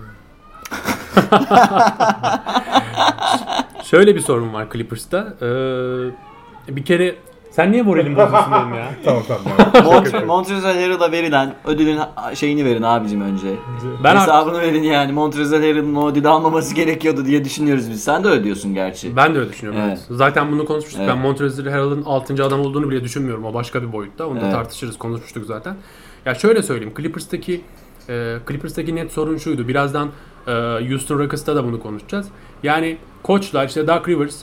Şöyle bir sorun var Clippers'ta. Bir kere sen niye moralin bozuyorsun benim ya? Tamam. Montrezl Harrell'a verilen ödülün şeyini verin abicim önce. Ben hesabını verin yani. Montrezl Harrell'ın o ödülü almaması gerekiyordu diye düşünüyoruz biz. Sen de ödüyorsun gerçi. Ben de öyle düşünüyorum. Evet. Zaten bunu konuşmuştuk. Evet. Ben Montrezl Harrell'ın 6. adam olduğunu bile düşünmüyorum. O başka bir boyutta. Onu da tartışırız. Konuşmuştuk zaten. Ya şöyle söyleyeyim. Clippers'taki net sorun şuydu. Birazdan Houston Rockets'ta da bunu konuşacağız. Yani koçlar işte Doug Rivers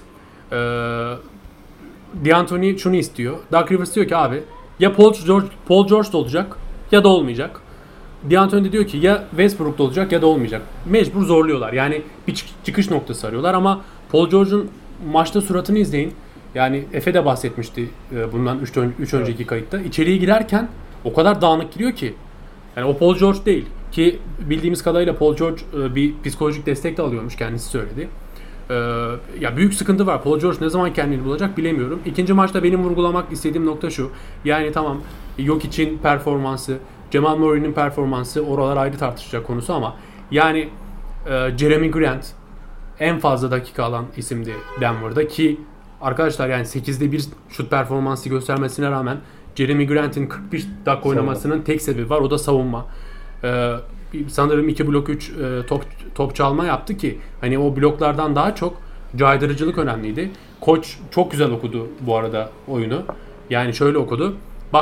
D'Antoni şunu istiyor. Doug Rivers diyor ki abi ya Paul George da olacak ya da olmayacak. D'Antoni de diyor ki ya Westbrook da olacak ya da olmayacak. Mecbur zorluyorlar. Yani bir çıkış noktası arıyorlar ama Paul George'un maçta suratını izleyin. Yani Efe de bahsetmişti bundan 3 önceki kayıtta. İçeriye girerken o kadar dağınık giriyor ki. Yani o Paul George değil. Ki bildiğimiz kadarıyla Paul George bir psikolojik destek de alıyormuş, kendisi söyledi. Ya büyük sıkıntı var. Paul George ne zaman kendini bulacak bilemiyorum. İkinci maçta benim vurgulamak istediğim nokta şu. Yani tamam Jokic'in performansı, Jamal Murray'nin performansı oralar ayrı tartışacak konusu ama yani Jeremy Grant en fazla dakika alan isimdi Denver'da ki arkadaşlar yani 8'de 1 şut performansı göstermesine rağmen Jeremy Grant'in 41 dakika oynamasının tek sebebi var. O da savunma. Sanırım 2 blok 3 top çalma yaptı ki hani o bloklardan daha çok caydırıcılık önemliydi. Koç çok güzel okudu bu arada oyunu. Yani şöyle okudu.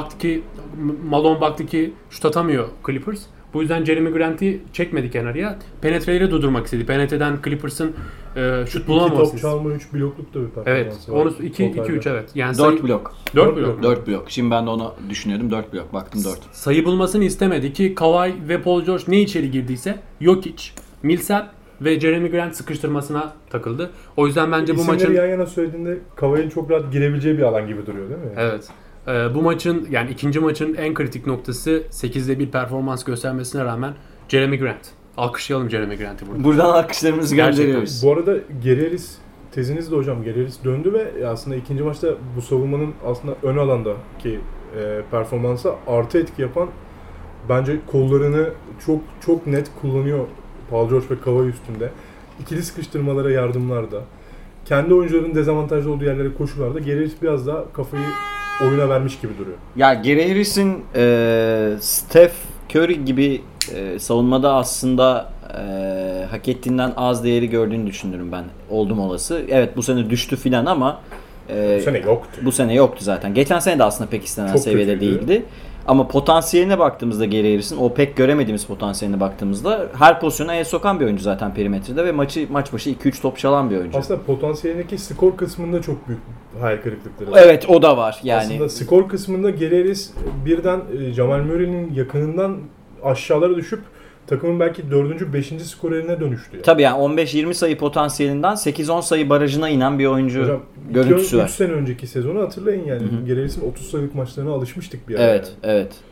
Malone baktı ki şut atamıyor Clippers. Bu yüzden Jeremy Grant'i çekmedi kenarıya. Penetreleri durdurmak istedi. Penetreden Clippers'ın şut bulamamasını. 2 top çalma 3 blokluk da bir performansı var. Evet. 2-3 evet. Yani 4 blok. 4 blok. Şimdi ben de onu düşünüyordum. 4 blok. Baktım 4. Sayı bulmasını istemedi ki Kawhi ve Paul George ne içeri girdiyse Jokic, Millsap ve Jeremy Grant sıkıştırmasına takıldı. O yüzden bence bu maçın yan yana söylediğinde Kawhi'nin çok rahat girebileceği bir alan gibi duruyor değil mi? Evet. Bu maçın yani ikinci maçın en kritik noktası 8'de 1 performans göstermesine rağmen Jeremy Grant. Alkışlayalım Jeremy Grant'i burada. Buradan alkışlarımızı gönderiyoruz. Bu arada Gary Harris teziniz de hocam, Gary Harris döndü ve aslında ikinci maçta bu savunmanın aslında ön alandaki performansa artı etki yapan, bence kollarını çok net kullanıyor Paul George ve Kawhi üstünde. İkili sıkıştırmalara yardımlarda. Kendi oyuncuların dezavantajlı olduğu yerlere koşularda Gary Harris biraz daha kafayı oyuna vermiş gibi duruyor. Ya Gary Harris'in Steph Curry gibi savunmada aslında hak ettiğinden az değeri gördüğünü düşünürüm ben. Oldum olası. Evet bu sene düştü filan ama bu sene yoktu. Bu sene yoktu zaten. Geçen sene de aslında pek istenen çok seviyede kötüydü. Değildi. Ama potansiyeline baktığımızda Gary Harris'in, o pek göremediğimiz potansiyeline baktığımızda her pozisyona el sokan bir oyuncu zaten perimetrede ve maç başı 2-3 top çalan bir oyuncu. Aslında potansiyelindeki skor kısmında çok büyük hayal kırıklıkları var. Evet o da var yani. Aslında skor kısmında Gary Harris birden Jamal Murray'nin yakınından aşağılara düşüp takımın belki 4. 5. skorerine dönüştü. Yani. Tabii yani 15-20 sayı potansiyelinden 8-10 sayı barajına inen bir oyuncu hocam, görüntüsü var. 3 sene önceki sezonu hatırlayın yani. Gary Harris'in 30 sayılık maçlarına alışmıştık bir ara. Evet, yani. Evet.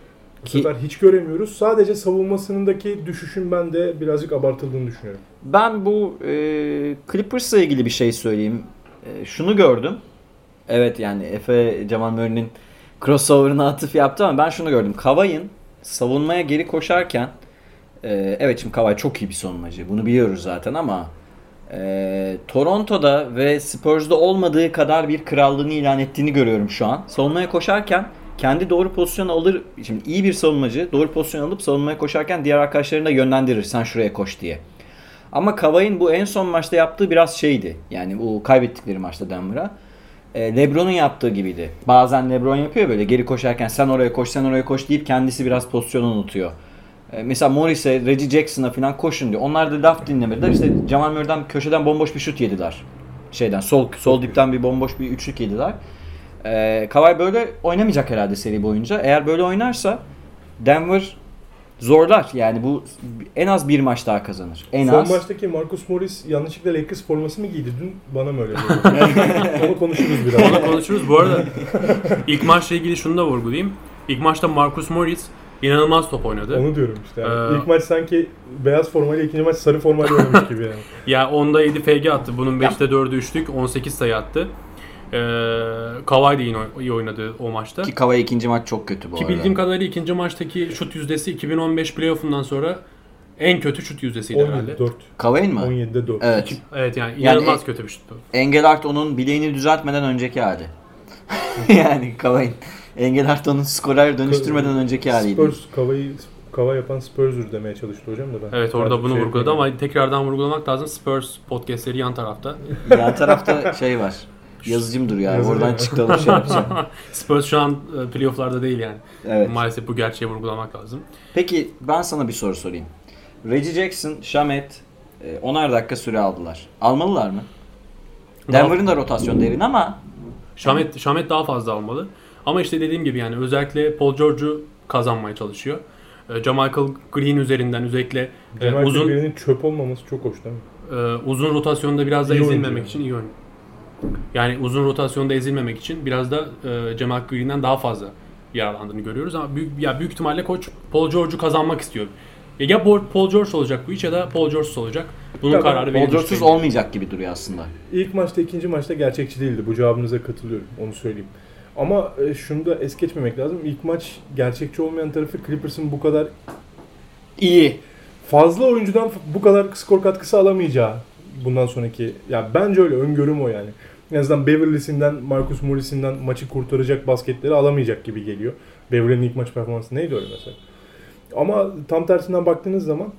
Bu sefer hiç göremiyoruz. Sadece savunmasındaki düşüşün ben de birazcık abartıldığını düşünüyorum. Ben bu Clippers'la ilgili bir şey söyleyeyim. Şunu gördüm. Evet yani Efe Jamal Murray'nin crossover'ına atıf yaptı ama ben şunu gördüm. Kawhi'nin savunmaya geri koşarken evet şimdi Kawhi çok iyi bir savunmacı. Bunu biliyoruz zaten ama Toronto'da ve Spurs'da olmadığı kadar bir krallığını ilan ettiğini görüyorum şu an. Savunmaya koşarken kendi doğru pozisyonu alır. Şimdi iyi bir savunmacı doğru pozisyon alıp savunmaya koşarken diğer arkadaşlarını da yönlendirir. Sen şuraya koş diye. Ama Kawhi'nin bu en son maçta yaptığı biraz şeydi. Yani bu kaybettikleri maçta Denver'a. LeBron'un yaptığı gibiydi. Bazen LeBron yapıyor böyle geri koşarken sen oraya koş sen oraya koş deyip kendisi biraz pozisyonu unutuyor. Mesela Morris'e, Reggie Jackson'a falan koşun diyor. Onlar da laf dinlemediler. İşte Jamal Murray'den köşeden bomboş bir şut yediler. Sol dipten bir bomboş bir üçlük yediler. Kawhi böyle oynamayacak herhalde seri boyunca. Eğer böyle oynarsa Denver zorlar. Yani bu en az bir maç daha kazanır. Son maçtaki Marcus Morris yanlışlıkla Lakers forması mı giydi? Dün bana mı öyle geldi? Onu konuşuruz biraz. Onu konuşuruz. Bu arada ilk maçla ilgili şunu da vurgulayayım. İlk maçta Marcus Morris inanılmaz top oynadı. Onu diyorum işte. Yani. İlk maç sanki beyaz formayla, ikinci maç sarı formayla oynamış gibi yani. Ya 10'da 7 FG attı. Bunun 5'te 4'ü üçlük, 18 sayı attı. Kawhi de iyi oynadı o maçta. Ki Kawhi ikinci maç çok kötü bu arada. Ki bildiğim kadarıyla ikinci maçtaki şut yüzdesi 2015 playoff'undan sonra en kötü şut yüzdesiydi herhalde. 17-4. Kawhi'nin mi? 17'de 4. Evet. Evet yani inanılmaz kötü bir şut bu. Engelhardt onun bileğini düzeltmeden önceki hali. Yani Kawhi'nin. Engelhardt onun skorer dönüştürmeden önceki haliydi. Spurs, Kawhi yapan Spurs'ur demeye çalıştı hocam da ben. Evet orada bunu vurguladı ama tekrardan vurgulamak lazım. Spurs podcastleri yan tarafta. Yan tarafta şey var. Yazıcım duruyor yani. Oradan çıkalım şey yapacağım. Spurs şu an playoff'larda değil yani. Evet. Maalesef bu gerçeği vurgulamak lazım. Peki ben sana bir soru sorayım. Reggie Jackson, Shamet 10'ar dakika süre aldılar. Almalılar mı? Denver'ın da rotasyon derin ama Shamet daha fazla almalı. Ama işte dediğim gibi yani özellikle Paul George'u kazanmaya çalışıyor. Jamichael Green üzerinden özellikle uzun Green'in çöp olmaması çok hoş değil mi? Uzun rotasyonda biraz da iyi ezilmemek oyuncu için iyi oynuyor. Yani uzun rotasyonda ezilmemek için biraz da Jamal Green'den daha fazla yararlandığını görüyoruz ama büyük ihtimalle koç Paul George'u kazanmak istiyor. Ya Paul George olacak bu iş ya da Paul George'suz olacak. Bunun kararı Paul George'suz olmayacak gibi duruyor aslında. İlk maçta, ikinci maçta gerçekçi değildi. Bu cevabınıza katılıyorum. Onu söyleyeyim. Ama şunu da es geçmemek lazım. İlk maç gerçekçi olmayan tarafı Clippers'ın bu kadar iyi. Fazla oyuncudan bu kadar skor katkısı alamayacağı bundan sonraki. Ya bence öyle öngörüm o yani. En azından Beverly'sinden, Marcus Morris'inden maçı kurtaracak basketleri alamayacak gibi geliyor. Beverly'nin ilk maç performansı neydi öyle mesela? Ama tam tersinden baktığınız zaman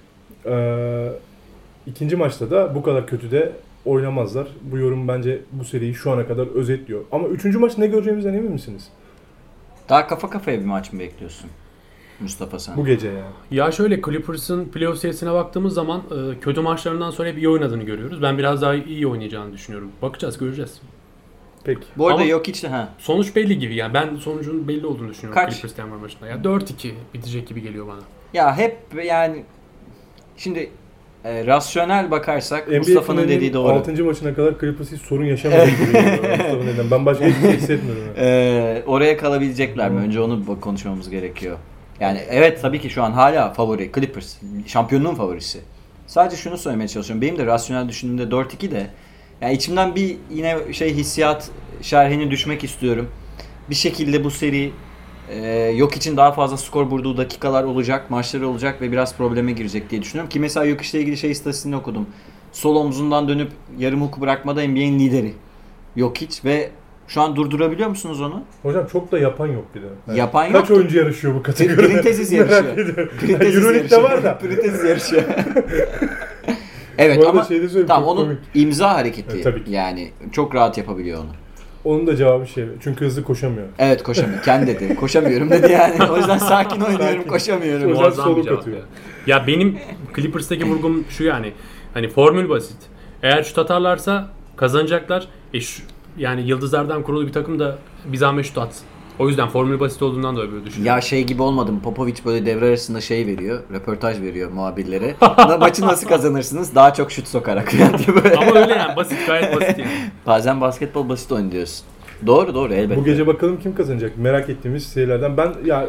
ikinci maçta da bu kadar kötü de oynamazlar. Bu yorum bence bu seriyi şu ana kadar özetliyor. Ama üçüncü maç ne göreceğimizden emin misiniz? Daha kafa kafaya bir maç mı bekliyorsun Mustafa sen? Bu gece yani. Ya şöyle Clippers'ın playoff serisine baktığımız zaman kötü maçlarından sonra hep iyi oynadığını görüyoruz. Ben biraz daha iyi oynayacağını düşünüyorum. Bakacağız, göreceğiz. Peki. Bu arada ama yok hiç de sonuç belli gibi yani. Ben sonucun belli olduğunu düşünüyorum. Kaç? Clippers Denver maçında. Ya 4-2 bitecek gibi geliyor bana. Ya hep yani şimdi rasyonel bakarsak Mustafa'nın dediği doğru. 6. maçına kadar Clippers hiç sorun yaşamadı gibi geliyor Mustafa'nın dediğinden. Ben başka hiçbir şey hissetmiyorum. Oraya kalabilecekler mi? Önce onu konuşmamız gerekiyor. Yani evet tabii ki şu an hala favori Clippers. Şampiyonluğun favorisi. Sadece şunu söylemeye çalışıyorum. Benim de rasyonel düşündüğümde 4-2 de yani içimden bir yine hissiyat şerhine düşmek istiyorum. Bir şekilde bu seri yok için daha fazla skor bulduğu dakikalar olacak, maçları olacak ve biraz probleme girecek diye düşünüyorum. Ki mesela yok ile ilgili istatistiğini okudum. Sol omzundan dönüp yarım huku bırakmada NBA'nin lideri. Yok hiç ve şu an durdurabiliyor musunuz onu? Hocam çok da yapan yok bir de. Yani yapan yok. Kaç oyuncu yarışıyor bu kategoride? Printezis yarışıyor. Euroleague'de var da. Printezis yarışıyor. Evet ama tamam onun imza hareketi. Tabii ki. Yani çok rahat yapabiliyor onu. Onun da cevabı çünkü hızlı koşamıyor. Evet koşamıyor. Kendi dedi. Koşamıyorum dedi yani. O yüzden sakin oynuyorum, koşamıyorum. Muazzam bir cevap ya. Ya benim Clippers'taki vurgum şu yani. Hani formül basit. Eğer şut atarlarsa kazanacaklar. Yani yıldızlardan kurulu bir takım da bir zahmet şut atsın. O yüzden formül basit olduğundan dolayı böyle düşünüyorum. Ya gibi olmadı mı? Popovic böyle devre arasında veriyor. Röportaj veriyor muhabirlere. Maçı nasıl kazanırsınız? Daha çok şut sokarak. Böyle. Ama öyle yani basit, gayet basit yani. Bazen basketbol basit oyun diyorsun. Doğru elbette. Bu gece bakalım kim kazanacak? Merak ettiğimiz serilerden. Ben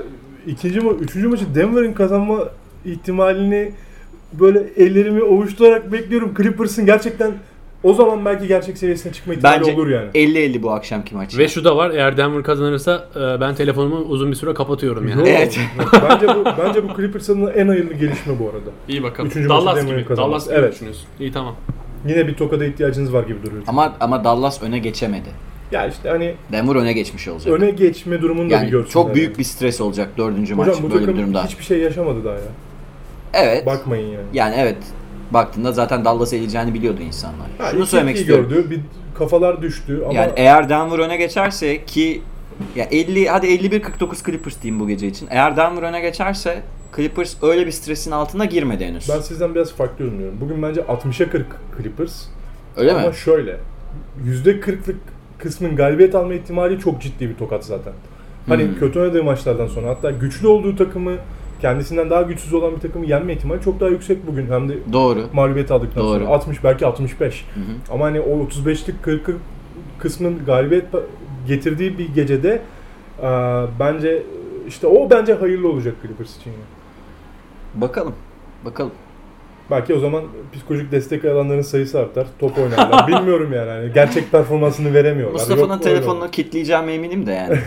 Üçüncü maçı Denver'ın kazanma ihtimalini böyle ellerimi ovuşturarak bekliyorum. Clippers'ın gerçekten o zaman belki gerçek seviyesine çıkma ihtimali Bence olur yani. 50-50 bu akşamki maç. Ve şu da var, eğer Denver kazanırsa ben telefonumu uzun bir süre kapatıyorum yani. Yok. Evet. Bence bu Clippers'ın en hayırlı gelişme bu arada. İyi bakalım. Üçüncü maçı Dallas Denver'ın gibi. kazanması. Dallas gibi Evet. düşünüyorsun. İyi, tamam. Yine bir tokada ihtiyacınız var gibi duruyor. Ama Dallas öne geçemedi. Ya işte hani Denver öne geçmiş olacak. öne geçme durumunu da bir Yani görsünler. çok büyük bir stres olacak 4. maç Hocam bu böyle bir takım durumda. hiçbir şey yaşamadı daha ya. Evet. Bakmayın yani. Yani evet. Baktığında zaten Dallas'ı eleyeceğini biliyordu insanlar. Şunu söylemek istiyorum. Gördü, bir kafalar düştü ama Yani eğer Denver öne geçerse ki ya 51-49 Clippers diyeyim bu gece için. Eğer Denver öne geçerse Clippers öyle bir stresin altına girmedi henüz. ben sizden biraz farklı yorumluyorum. Bugün bence 60'a 40 Clippers. Öyle ama mi? şöyle. %40'lık kısmın galibiyet alma ihtimali çok ciddi bir tokat zaten. Hani kötü oynadığı maçlardan sonra hatta güçlü olduğu takımı kendisinden daha güçsüz olan bir takımı yenme ihtimali çok daha yüksek bugün. Hem de Doğru. mağlubiyet aldıktan Doğru. sonra 60 belki 65. Ama hani o 35'lik 40 kısmın galibiyet getirdiği bir gecede bence işte o bence hayırlı olacak Clippers için. Yani. Bakalım. Belki o zaman psikolojik destek alanların sayısı artar, top oynarlar. Bilmiyorum yani. Hani gerçek performansını veremiyorlar. Mustafa'nın telefonunu kilitleyeceğim eminim de yani.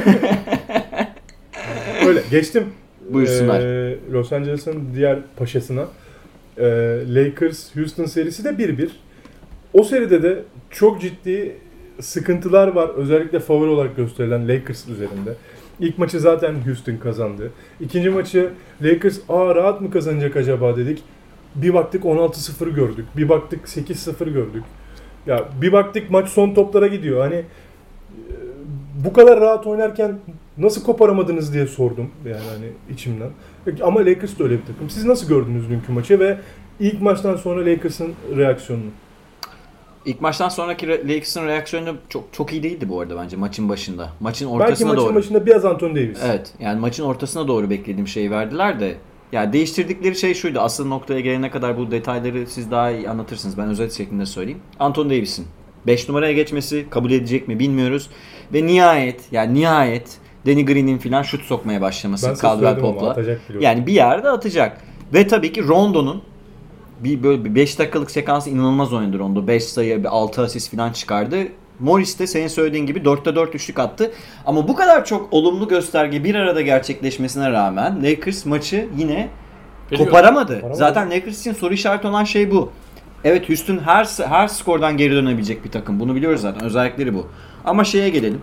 Öyle. Geçtim. Buyursunlar. Los Angeles'ın diğer paşasına. Lakers-Houston serisi de 1-1. O seride de çok ciddi sıkıntılar var. Özellikle favori olarak gösterilen Lakers üzerinde. İlk maçı zaten Houston kazandı. İkinci maçı Lakers rahat mı kazanacak acaba dedik. Bir baktık 16-0 gördük. Bir baktık 8-0 gördük. Ya bir baktık maç son toplara gidiyor. Hani bu kadar rahat oynarken nasıl koparamadınız diye sordum yani hani içimden. Ama Lakers da öyle bir takım. Siz nasıl gördünüz dünkü maçı ve ilk maçtan sonra Lakers'ın reaksiyonunu? İlk maçtan sonraki Lakers'ın reaksiyonu çok iyi değildi bu arada bence maçın başında. Maçın ortasına belki maçın doğru. başında biraz Anthony Davis. Evet. Yani maçın ortasına doğru beklediğim şeyi verdiler de. Yani değiştirdikleri şey şuydu. Asıl noktaya gelene kadar bu detayları siz daha iyi anlatırsınız. Ben özet şeklinde söyleyeyim. Anthony Davis'in 5 numaraya geçmesi kabul edecek mi bilmiyoruz. Ve nihayet Danny Green'in filan şut sokmaya başlaması Caldwell Pope'la. Yani bir yerde atacak. Ve tabii ki Rondo'nun böyle bir 5 dakikalık sekansı inanılmaz oynadı Rondo. 5 sayı, 6 asist filan çıkardı. Morris de senin söylediğin gibi 4'te 4 üçlük attı. Ama bu kadar çok olumlu gösterge bir arada gerçekleşmesine rağmen Lakers maçı yine koparamadı. Zaten Lakers için soru işareti olan şey bu. Evet, Houston her skordan geri dönebilecek bir takım. Bunu biliyoruz zaten. Özellikleri bu. Ama şeye gelelim.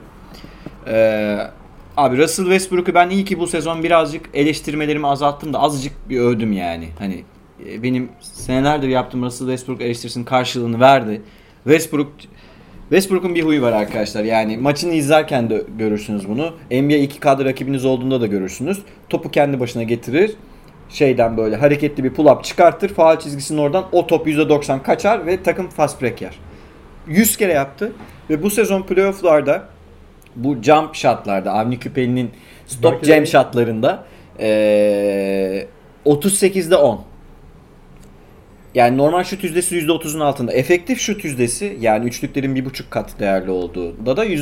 Abi Russell Westbrook'u ben iyi ki bu sezon birazcık eleştirmelerimi azalttım da azıcık bir övdüm yani. Hani benim senelerdir yaptığım Russell Westbrook eleştirisinin karşılığını verdi. Westbrook'un bir huyu var arkadaşlar. Yani maçını izlerken de görürsünüz bunu. NBA 2K'da rakibiniz olduğunda da görürsünüz. Topu kendi başına getirir. Şeyden böyle hareketli bir pull-up çıkartır. Faul çizgisinin oradan o top %90 kaçar ve takım fast break yer. 100 kere yaptı. Ve bu sezon playoff'larda bu jump shot'larda Avni Küpeli'nin stop jam shot'larında 38'de 10. Yani normal şut yüzdesi %30'un altında. Efektif şut yüzdesi yani üçlüklerin 1,5 kat değerli olduğunda da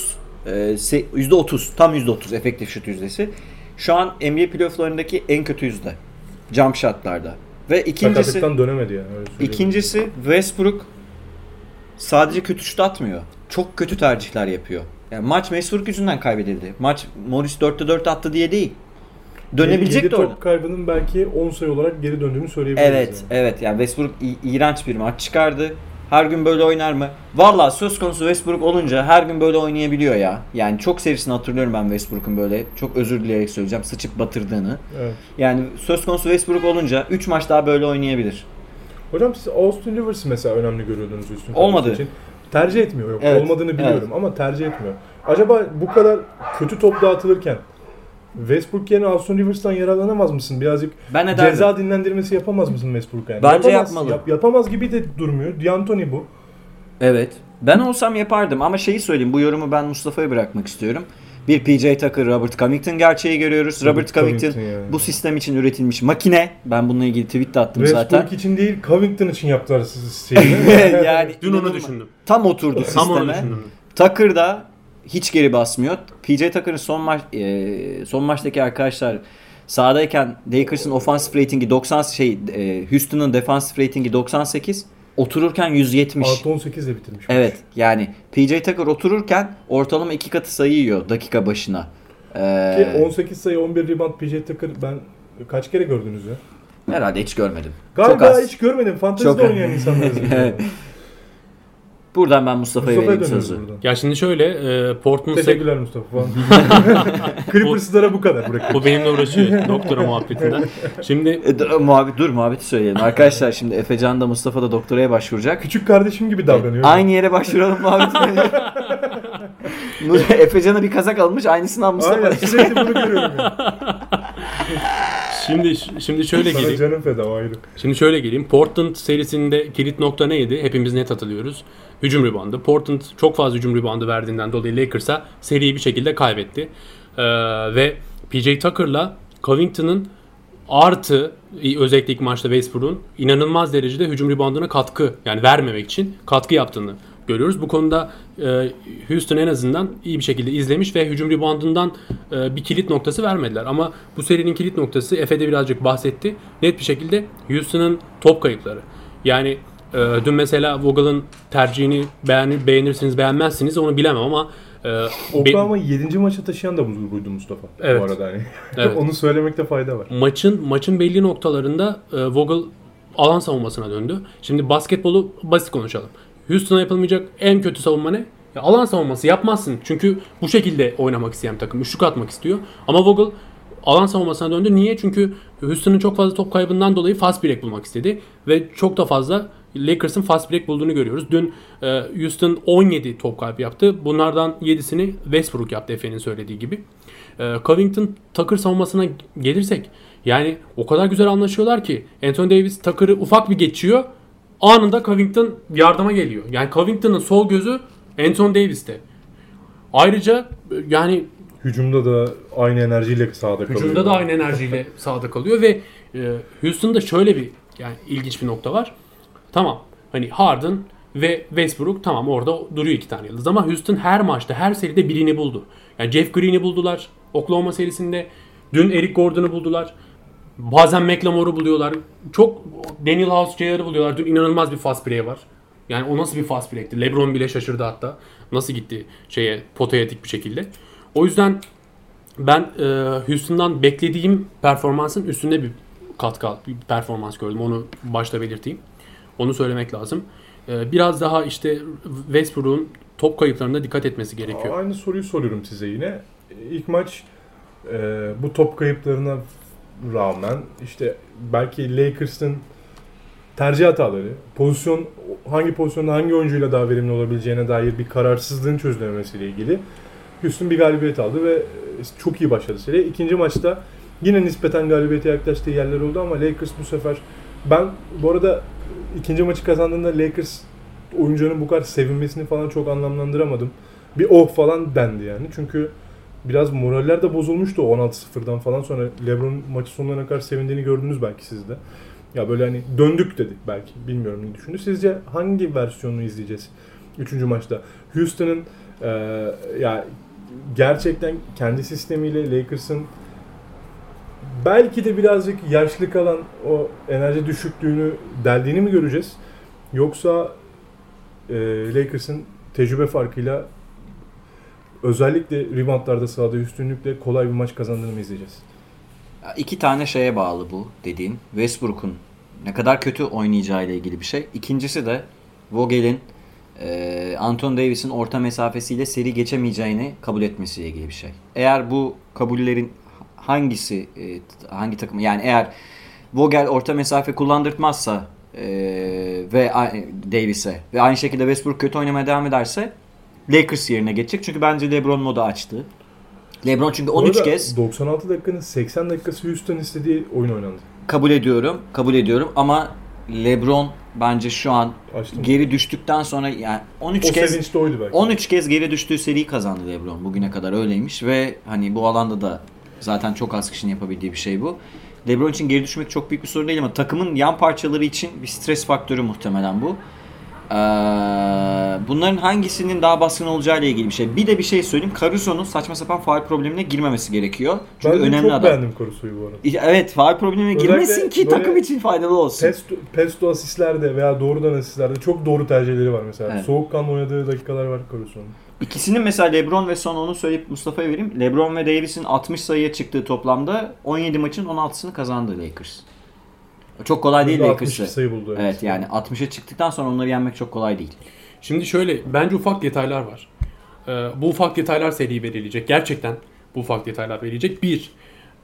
%30 tam %30 efektif şut yüzdesi. Şu an NBA playoff'larındaki en kötü yüzde. Jump shot'larda. Ve ikincisi dönemedi yani. İkincisi Westbrook sadece kötü şut atmıyor. Çok kötü tercihler yapıyor. Yani maç Westbrook yüzünden kaybedildi. Maç Morris 4'te 4 attı diye değil. Dönebilecek de orada. Top kaybının belki 10 sayı olarak geri döndüğünü söyleyebiliriz. Evet. Yani Westbrook iğrenç bir maç çıkardı. Her gün böyle oynar mı? Vallahi söz konusu Westbrook olunca her gün böyle oynayabiliyor ya. Yani çok serisini hatırlıyorum ben Westbrook'un böyle. Çok özür dileyerek söyleyeceğim. Sıçıp batırdığını. Evet. Yani söz konusu Westbrook olunca 3 maç daha böyle oynayabilir. Hocam siz Austin Rivers'ı mesela önemli görüyordunuz üstün. Olmadı. Için. Tercih etmiyor. Yok, evet. Olmadığını biliyorum ama tercih etmiyor. Acaba bu kadar kötü top dağıtılırken Westbrook yerine Austin Rivers'tan yararlanamaz mısın? Birazcık ceza dinlendirmesi yapamaz mısın Westbrook'a? Yani? Bence yapmalı. Yapamaz gibi de durmuyor. D'Antoni bu. Evet. Ben olsam yapardım ama şeyi söyleyeyim. Bu yorumu ben Mustafa'ya bırakmak istiyorum. Bir PJ Tucker, Robert Covington gerçeği görüyoruz. Robert Covington yani. Bu sistem için üretilmiş makine. Ben bununla ilgili tweet de attım zaten. Westbrook için değil, Covington için yaptılar sizi. Yani dün onu düşündüm. Tam oturdu sisteme. Tucker da hiç geri basmıyor. PJ Tucker'ın son maçtaki arkadaşlar sahadayken Lakers'ın offensive ratingi Houston'ın defensive ratingi 98, otururken 170. 6-18'de bitirmiş. Evet, yani PJ Tucker otururken ortalama 2 katı sayı yiyor dakika başına. Ki 18 sayı 11 rebound PJ Tucker ben kaç kere gördünüz ya? Herhalde hiç görmedim. Galiba hiç görmedim. Fantezide oynayan insanlarız. Buradan ben Mustafa'ya vereyim sözü. Ya şimdi şöyle Portland... Teşekkürler Mustafa falan. Clippers'lara bu kadar bırakın. Bu benimle uğraşıyor doktora muhabbetinden. Şimdi... muhabbeti söyleyelim. Arkadaşlar şimdi Efecan da Mustafa da doktoraya başvuracak. Küçük kardeşim gibi davranıyor. Aynı yere başvuralım muhabbeti. Efecan'a bir kazak almış, aynısından Mustafa. Aynen, sürekli bunu görüyorum ya. Şimdi şöyle geleyim. Sana canım feda ayrı. Şimdi şöyle geleyim. Portland serisinde kilit nokta neydi? Hepimiz net hatırlıyoruz. Hücum ribandı. Portland çok fazla hücum ribandı verdiğinden dolayı Lakers'a seriyi bir şekilde kaybetti. Ve PJ Tucker'la Covington'ın artı özellikle ilk maçta Westbrook'un inanılmaz derecede hücum ribandına katkı, yani vermemek için katkı yaptığını görüyoruz. Bu konuda Houston en azından iyi bir şekilde izlemiş ve hücum reboundundan bir kilit noktası vermediler. Ama bu serinin kilit noktası, Efe de birazcık bahsetti, net bir şekilde Houston'ın top kayıpları. Yani dün mesela Vogel'ın tercihini beğenirsiniz beğenmezsiniz onu bilemem ama Oklahoma'yı 7. maça taşıyan da buydu Mustafa. Evet. Bu arada hani. Evet. Onu söylemekte fayda var. Maçın belli noktalarında Vogel alan savunmasına döndü. Şimdi basketbolu basit konuşalım. Houston'a yapılmayacak en kötü savunma ne? Ya alan savunması yapmazsın. Çünkü bu şekilde oynamak isteyen takım. Üçlük atmak istiyor. Ama Vogel alan savunmasına döndü. Niye? Çünkü Houston'ın çok fazla top kaybından dolayı fast break bulmak istedi. Ve çok da fazla Lakers'ın fast break bulduğunu görüyoruz. Dün Houston 17 top kaybı yaptı. Bunlardan 7'sini Westbrook yaptı, Efe'nin söylediği gibi. Covington Tucker savunmasına gelirsek, yani o kadar güzel anlaşıyorlar ki Anthony Davis Tucker'ı ufak bir geçiyor. Anında Covington yardıma geliyor. Yani Covington'ın sol gözü Anthony Davis'te. Ayrıca yani hücumda da aynı enerjiyle sahada kalıyor. Hücumda da aynı enerjiyle sahada kalıyor ve Houston'da şöyle bir yani ilginç bir nokta var. Tamam, hani Harden ve Westbrook tamam orada duruyor iki tane yıldız ama Houston her maçta, her seride birini buldu. Yani Jeff Green'i buldular Oklahoma serisinde. Dün Eric Gordon'u buldular. Bazen McLemore'u buluyorlar. Çok Daniel House Jr.'ı buluyorlar. Dün inanılmaz bir fast break var. Yani o nasıl bir fast break'ti? LeBron bile şaşırdı hatta. Nasıl gitti potaya dik bir şekilde. O yüzden ben Houston'dan beklediğim performansın üstünde bir bir performans gördüm. Onu başta belirteyim. Onu söylemek lazım. Biraz daha işte Westbrook'un top kayıplarına dikkat etmesi gerekiyor. Aynı soruyu soruyorum size yine. İlk maç bu top kayıplarına rağmen işte belki Lakers'ın tercih hataları, hangi pozisyonda hangi oyuncuyla daha verimli olabileceğine dair bir kararsızlığın çözülememesiyle ilgili Houston bir galibiyet aldı ve çok iyi başladı seri. İkinci maçta yine nispeten galibiyete yaklaştığı yerler oldu ama Lakers bu sefer, ben bu arada ikinci maçı kazandığında Lakers oyuncuların bu kadar sevinmesini falan çok anlamlandıramadım. Bir falan dendi yani. Çünkü biraz moraller de bozulmuştu 16-0'dan falan sonra. LeBron maçı sonuna kadar sevindiğini gördünüz belki siz de. Ya böyle hani döndük dedi belki. Bilmiyorum ne düşündü. Sizce hangi versiyonunu izleyeceğiz 3. maçta? Houston'ın ya gerçekten kendi sistemiyle Lakers'ın belki de birazcık yaşlı kalan o enerji düşüklüğünü deldiğini mi göreceğiz? Yoksa Lakers'ın tecrübe farkıyla özellikle reboundlarda sahada üstünlükle kolay bir maç kazandığını mı izleyeceğiz? İki tane şeye bağlı bu dediğin. Westbrook'un ne kadar kötü oynayacağı ile ilgili bir şey. İkincisi de Vogel'in Anthony Davis'in orta mesafesiyle seri geçemeyeceğini kabul etmesiyle ilgili bir şey. Eğer bu kabullerin hangi takım, yani eğer Vogel orta mesafe kullandırtmazsa ve Davis'e ve aynı şekilde Westbrook kötü oynamaya devam ederse Lakers yerine geçecek. Çünkü bence LeBron modu açtı. LeBron çünkü 13 kez 96 dakikanın 80 dakikası Houston istediği oyun oynandı. Kabul ediyorum ama LeBron bence şu an geri düştükten sonra yani 13 kez geri düştüğü seriyi kazandı LeBron. Bugüne kadar öyleymiş ve hani bu alanda da zaten çok az kişinin yapabildiği bir şey bu. LeBron için geri düşmek çok büyük bir sorun değil ama takımın yan parçaları için bir stres faktörü muhtemelen bu. Bunların hangisinin daha baskın olacağıyla ilgili bir şey. Bir de bir şey söyleyeyim. Caruso'nun saçma sapan faul problemine girmemesi gerekiyor. Çünkü ben önemli çok adam. beğendim Caruso'yu bu arada. Evet, faul problemine girmesin ki takım için faydalı olsun. Pesto asistlerde veya doğrudan asistlerde çok doğru tercihleri var mesela. Evet. Soğukkanlı oynadığı dakikalar var Caruso'nun. İkisinin mesela LeBron ve son onu söyleyip Mustafa'ya vereyim. LeBron ve Davis'in 60 sayıya çıktığı toplamda 17 maçın 16'sını kazandı Lakers. Çok kolay değil Lakers'ı. Sayı buldu. Evet yani 60'a çıktıktan sonra onları yenmek çok kolay değil. Şimdi şöyle, bence ufak detaylar var. Bu ufak detaylar seriyi belirleyecek. Gerçekten bu ufak detaylar belirleyecek. Bir,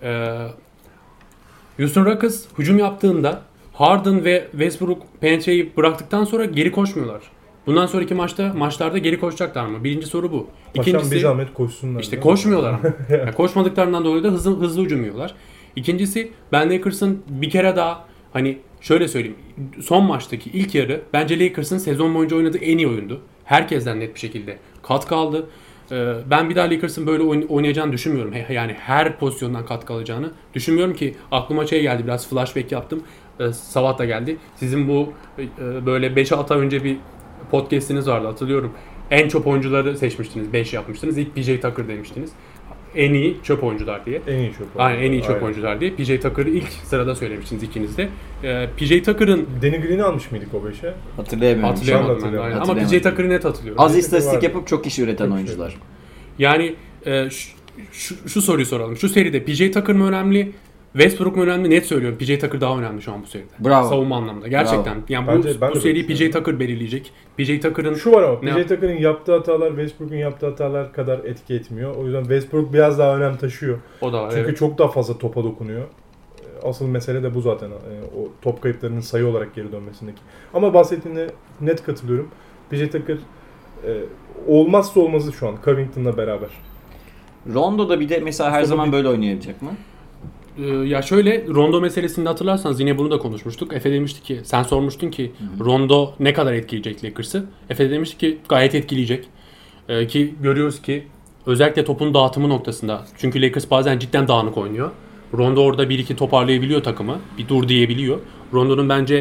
Houston Rockets hücum yaptığında Harden ve Westbrook penetreyi bıraktıktan sonra geri koşmuyorlar. Bundan sonraki maçlarda geri koşacaklar mı? Birinci soru bu. İkincisi, bir zahmet koşsunlar. İşte koşmuyorlar ama. Yani koşmadıklarından dolayı da hızlı hücum yiyorlar. İkincisi, Ben Lakers'ın bir kere daha, hani şöyle söyleyeyim, son maçtaki ilk yarı bence Lakers'ın sezon boyunca oynadığı en iyi oyundu. Herkesten net bir şekilde katkı aldı. Ben bir daha Lakers'ın böyle oynayacağını düşünmüyorum. Yani her pozisyondan katkı alacağını düşünmüyorum ki aklıma geldi, biraz flashback yaptım. Sabah da geldi. Sizin bu böyle 5-6 ay önce bir podcast'iniz vardı, hatırlıyorum. En çok oyuncuları seçmiştiniz, 5 yapmıştınız. İlk PJ Tucker demiştiniz. En iyi çöp oyuncular diye. En iyi çöp oyuncular. Aynen, en iyi çöp oyuncular diye. PJ Tucker'ı ilk sırada söylemiştiniz ikiniz de. PJ Tucker'ın... Danny Green'i almış mıydık o 5'e? Hatırlayamadım ben de. Aynen. Ama PJ Tucker'ı net hatırlıyorum. Az istatistik yapıp çok iş üreten oyuncular. Yani şu soruyu soralım. Şu seride PJ Tucker mı önemli? Westbrook mu önemli? Net söylüyorum. PJ Tucker daha önemli şu an bu seride. Bravo. Savunma anlamında. Gerçekten. Bravo. Yani bu seriyi PJ Tucker belirleyecek. PJ Tucker'ın... Şu var ama PJ Tucker'ın yaptığı hatalar Westbrook'un yaptığı hatalar kadar etki etmiyor. O yüzden Westbrook biraz daha önem taşıyor. O da var. Çünkü evet. çok daha fazla topa dokunuyor. Asıl mesele de bu zaten. O top kayıplarının sayı olarak geri dönmesindeki. Ama bahsettiğine net katılıyorum. PJ Tucker olmazsa olmazı şu an Covington'la beraber. Rondo da bir de mesela her zaman böyle oynayabilecek mi? Ya şöyle, Rondo meselesinde hatırlarsanız yine bunu da konuşmuştuk. Efe demişti ki, sen sormuştun ki Rondo ne kadar etkileyecek Lakers'ı. Efe de demişti ki gayet etkileyecek. Ki görüyoruz ki özellikle topun dağıtımı noktasında. Çünkü Lakers bazen cidden dağınık oynuyor. Rondo orada 1-2 toparlayabiliyor takımı. Bir dur diyebiliyor. Rondo'nun bence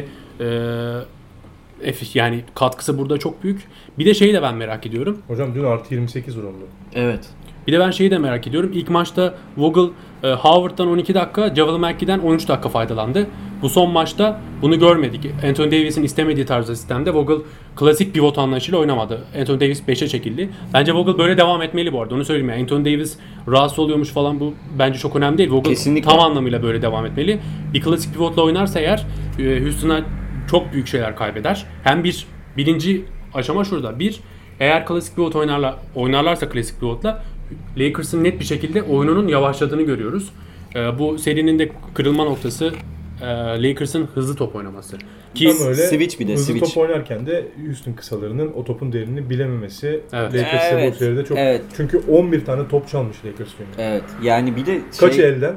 yani katkısı burada çok büyük. Bir de şeyi de ben merak ediyorum. Hocam dün artı 28 Rondo. Evet. Bir de ben şeyi de merak ediyorum. İlk maçta Vogel Howard'dan 12 dakika, Javel McGee'den 13 dakika faydalandı. Bu son maçta bunu görmedik. Anthony Davis'in istemediği tarzda sistemde Vogel klasik pivot anlayışıyla oynamadı. Anthony Davis 5'e çekildi. Bence Vogel böyle devam etmeli bu arada. Onu söyleyeyim. Yani Anthony Davis rahatsız oluyormuş falan, bu bence çok önemli değil. Vogel kesinlikle tam anlamıyla böyle devam etmeli. Bir klasik pivotla oynarsa eğer Houston'a çok büyük şeyler kaybeder. Hem birinci aşama şurada. Eğer klasik pivot oynarlarsa klasik pivotla Lakers'ın net bir şekilde oyununun yavaşladığını görüyoruz. Bu serinin de kırılma noktası Lakers'ın hızlı top oynaması. Ki öyle, switch bir de hızlı switch. top oynarken de Houston kısalarının o topun değerini bilememesi Evet. Lakers'e bu seride çok... Evet. Çünkü 11 tane top çalmış Lakers filmi. Evet. Yani bir de Kaç elden?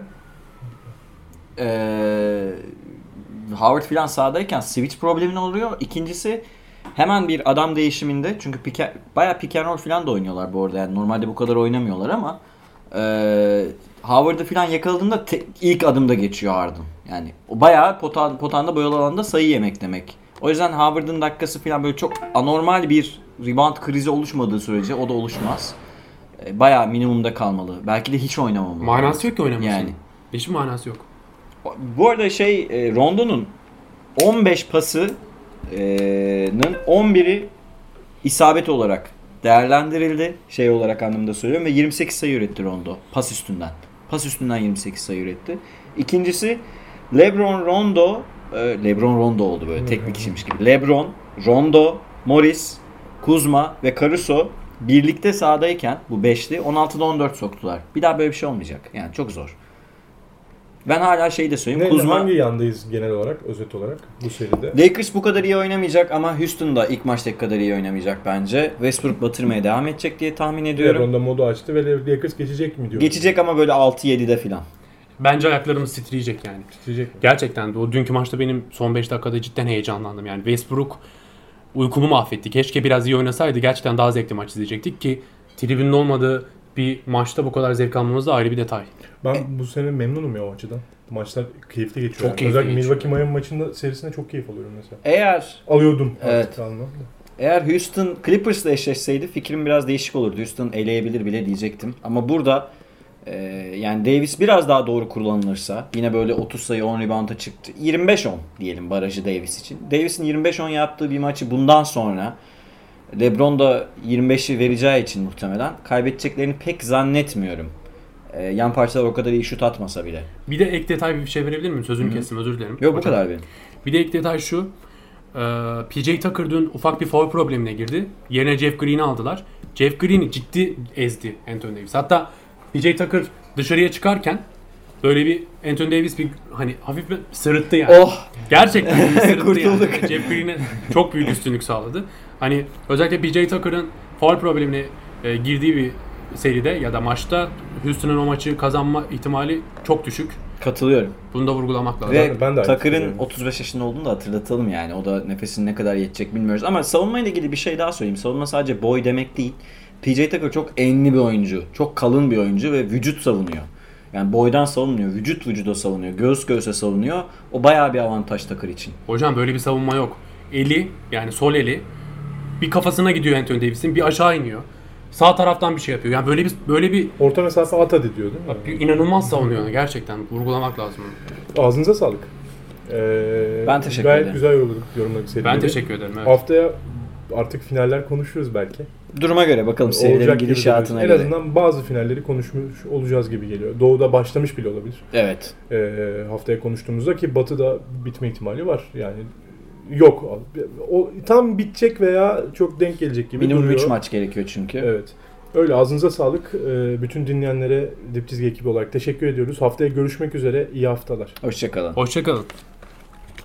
Howard filan sahadayken switch problemin oluyor. İkincisi hemen bir adam değişiminde, çünkü bayağı pick and roll filan da oynuyorlar bu arada. Yani normalde bu kadar oynamıyorlar ama Howard'ı filan yakaladığında ilk adımda geçiyor Harden. Yani o bayağı potanda boyalı alanda sayı yemek demek. O yüzden Howard'ın dakikası filan böyle çok anormal bir rebound krizi oluşmadığı sürece o da oluşmaz. Bayağı minimumda kalmalı. Belki de hiç oynamamalı. Manası yok ki oynamasın. Yani. Hiçbir manası yok. Bu arada Rondo'nun 15 pasının 11'i isabet olarak değerlendirildi. Olarak anlamda söylüyorum ve 28 sayı üretti Rondo pas üstünden. Pas üstünden 28 sayı üretti. İkincisi LeBron Rondo oldu böyle tek bir kişiymiş gibi. LeBron, Rondo, Morris, Kuzma ve Caruso birlikte sahadayken bu beşli 16'da 14 soktular. Bir daha böyle bir şey olmayacak. Yani çok zor. Ben hala de söyleyeyim. Hangi yandayız genel olarak, özet olarak bu seride? Lakers bu kadar iyi oynamayacak ama Houston da ilk maçtaki kadar iyi oynamayacak bence. Westbrook batırmaya devam edecek diye tahmin ediyorum. Ronda modu açtı ve Lakers geçecek mi diyor? Geçecek ama böyle 6-7'de filan. Bence ayaklarımız titreyecek yani. Titreyecek mi? Gerçekten o dünkü maçta benim son 5 dakikada cidden heyecanlandım. Yani Westbrook uykumu mahvetti. Keşke biraz iyi oynasaydı. Gerçekten daha zevkli maç izleyecektik ki tribünün olmadığı bir maçta bu kadar zevk almamız da ayrı bir detay. Ben bu sene memnunum ya o açıdan. Maçlar keyifli geçiyor. Çok keyifli özellikle geçiyor. Milwaukee Miami maçında serisinde çok keyif alıyorum mesela. Eğer Alıyordum evet. artık almam da. Eğer Houston Clippers'la eşleşseydi fikrim biraz değişik olurdu. Houston eleyebilir bile diyecektim. Ama burada yani Davis biraz daha doğru kullanılırsa yine böyle 30 sayı 10 rebound'a çıktı. 25-10 diyelim barajı Davis için. Davis'in 25-10 yaptığı bir maçı bundan sonra LeBron da 25'i vereceği için muhtemelen kaybedeceklerini pek zannetmiyorum. Yan parçalar o kadar iyi şut atmasa bile. Bir de ek detay bir şey verebilir miyim? Sözünü kestim, özür dilerim. Yok bu kadar benim. Bir de ek detay şu. PJ Tucker dün ufak bir foul problemine girdi. Yerine Jeff Green'i aldılar. Jeff Green'i ciddi ezdi Anthony Davis. Hatta PJ Tucker dışarıya çıkarken böyle bir Anthony Davis bir hani hafif bir sırıttı yani. Oh! Gerçekten bir sırıttı Kurtulduk. yani. Jeff Green'e çok büyük üstünlük sağladı. Hani özellikle PJ Tucker'ın foul problemine girdiği bir seride ya da maçta Houston'ın o maçı kazanma ihtimali çok düşük. Katılıyorum. Bunu da vurgulamak lazım. Ve Ben de Tucker'ın 35 yaşında olduğunu da hatırlatalım yani. O da nefesinin ne kadar yetecek bilmiyoruz. Ama savunmayla ilgili bir şey daha söyleyeyim. Savunma sadece boy demek değil. PJ Tucker çok enli bir oyuncu. Çok kalın bir oyuncu ve vücut savunuyor. Yani boydan savunmuyor. Vücut vücuda savunuyor. Göğüs göğüse savunuyor. O bayağı bir avantaj Tucker için. Hocam böyle bir savunma yok. Eli yani sol eli bir kafasına gidiyor Anthony Davis'in, bir aşağı iniyor. Sağ taraftan bir şey yapıyor. Yani böyle bir Orta mesafe at hadi diyor değil mi? bak, inanılmaz savunuyor gerçekten. Vurgulamak lazım. Ağzınıza sağlık. Ben teşekkür gayet ederim. güzel yorumladık serileri. Ben teşekkür ederim. Evet. Haftaya artık finaller konuşuruz belki. Duruma göre bakalım serilerin Olacak gibi gidişatına duruyor. göre. En azından bazı finalleri konuşmuş olacağız gibi geliyor. Doğu'da başlamış bile olabilir. Evet. Haftaya konuştuğumuzda ki Batı'da bitme ihtimali var. Yani yok. O tam bitecek veya çok denk gelecek gibi Minimum duruyor. 3 maç gerekiyor çünkü. Evet. Öyle ağzınıza sağlık. Bütün dinleyenlere Dip Çizgi ekibi olarak teşekkür ediyoruz. Haftaya görüşmek üzere. İyi haftalar. Hoşçakalın. Hoşçakalın.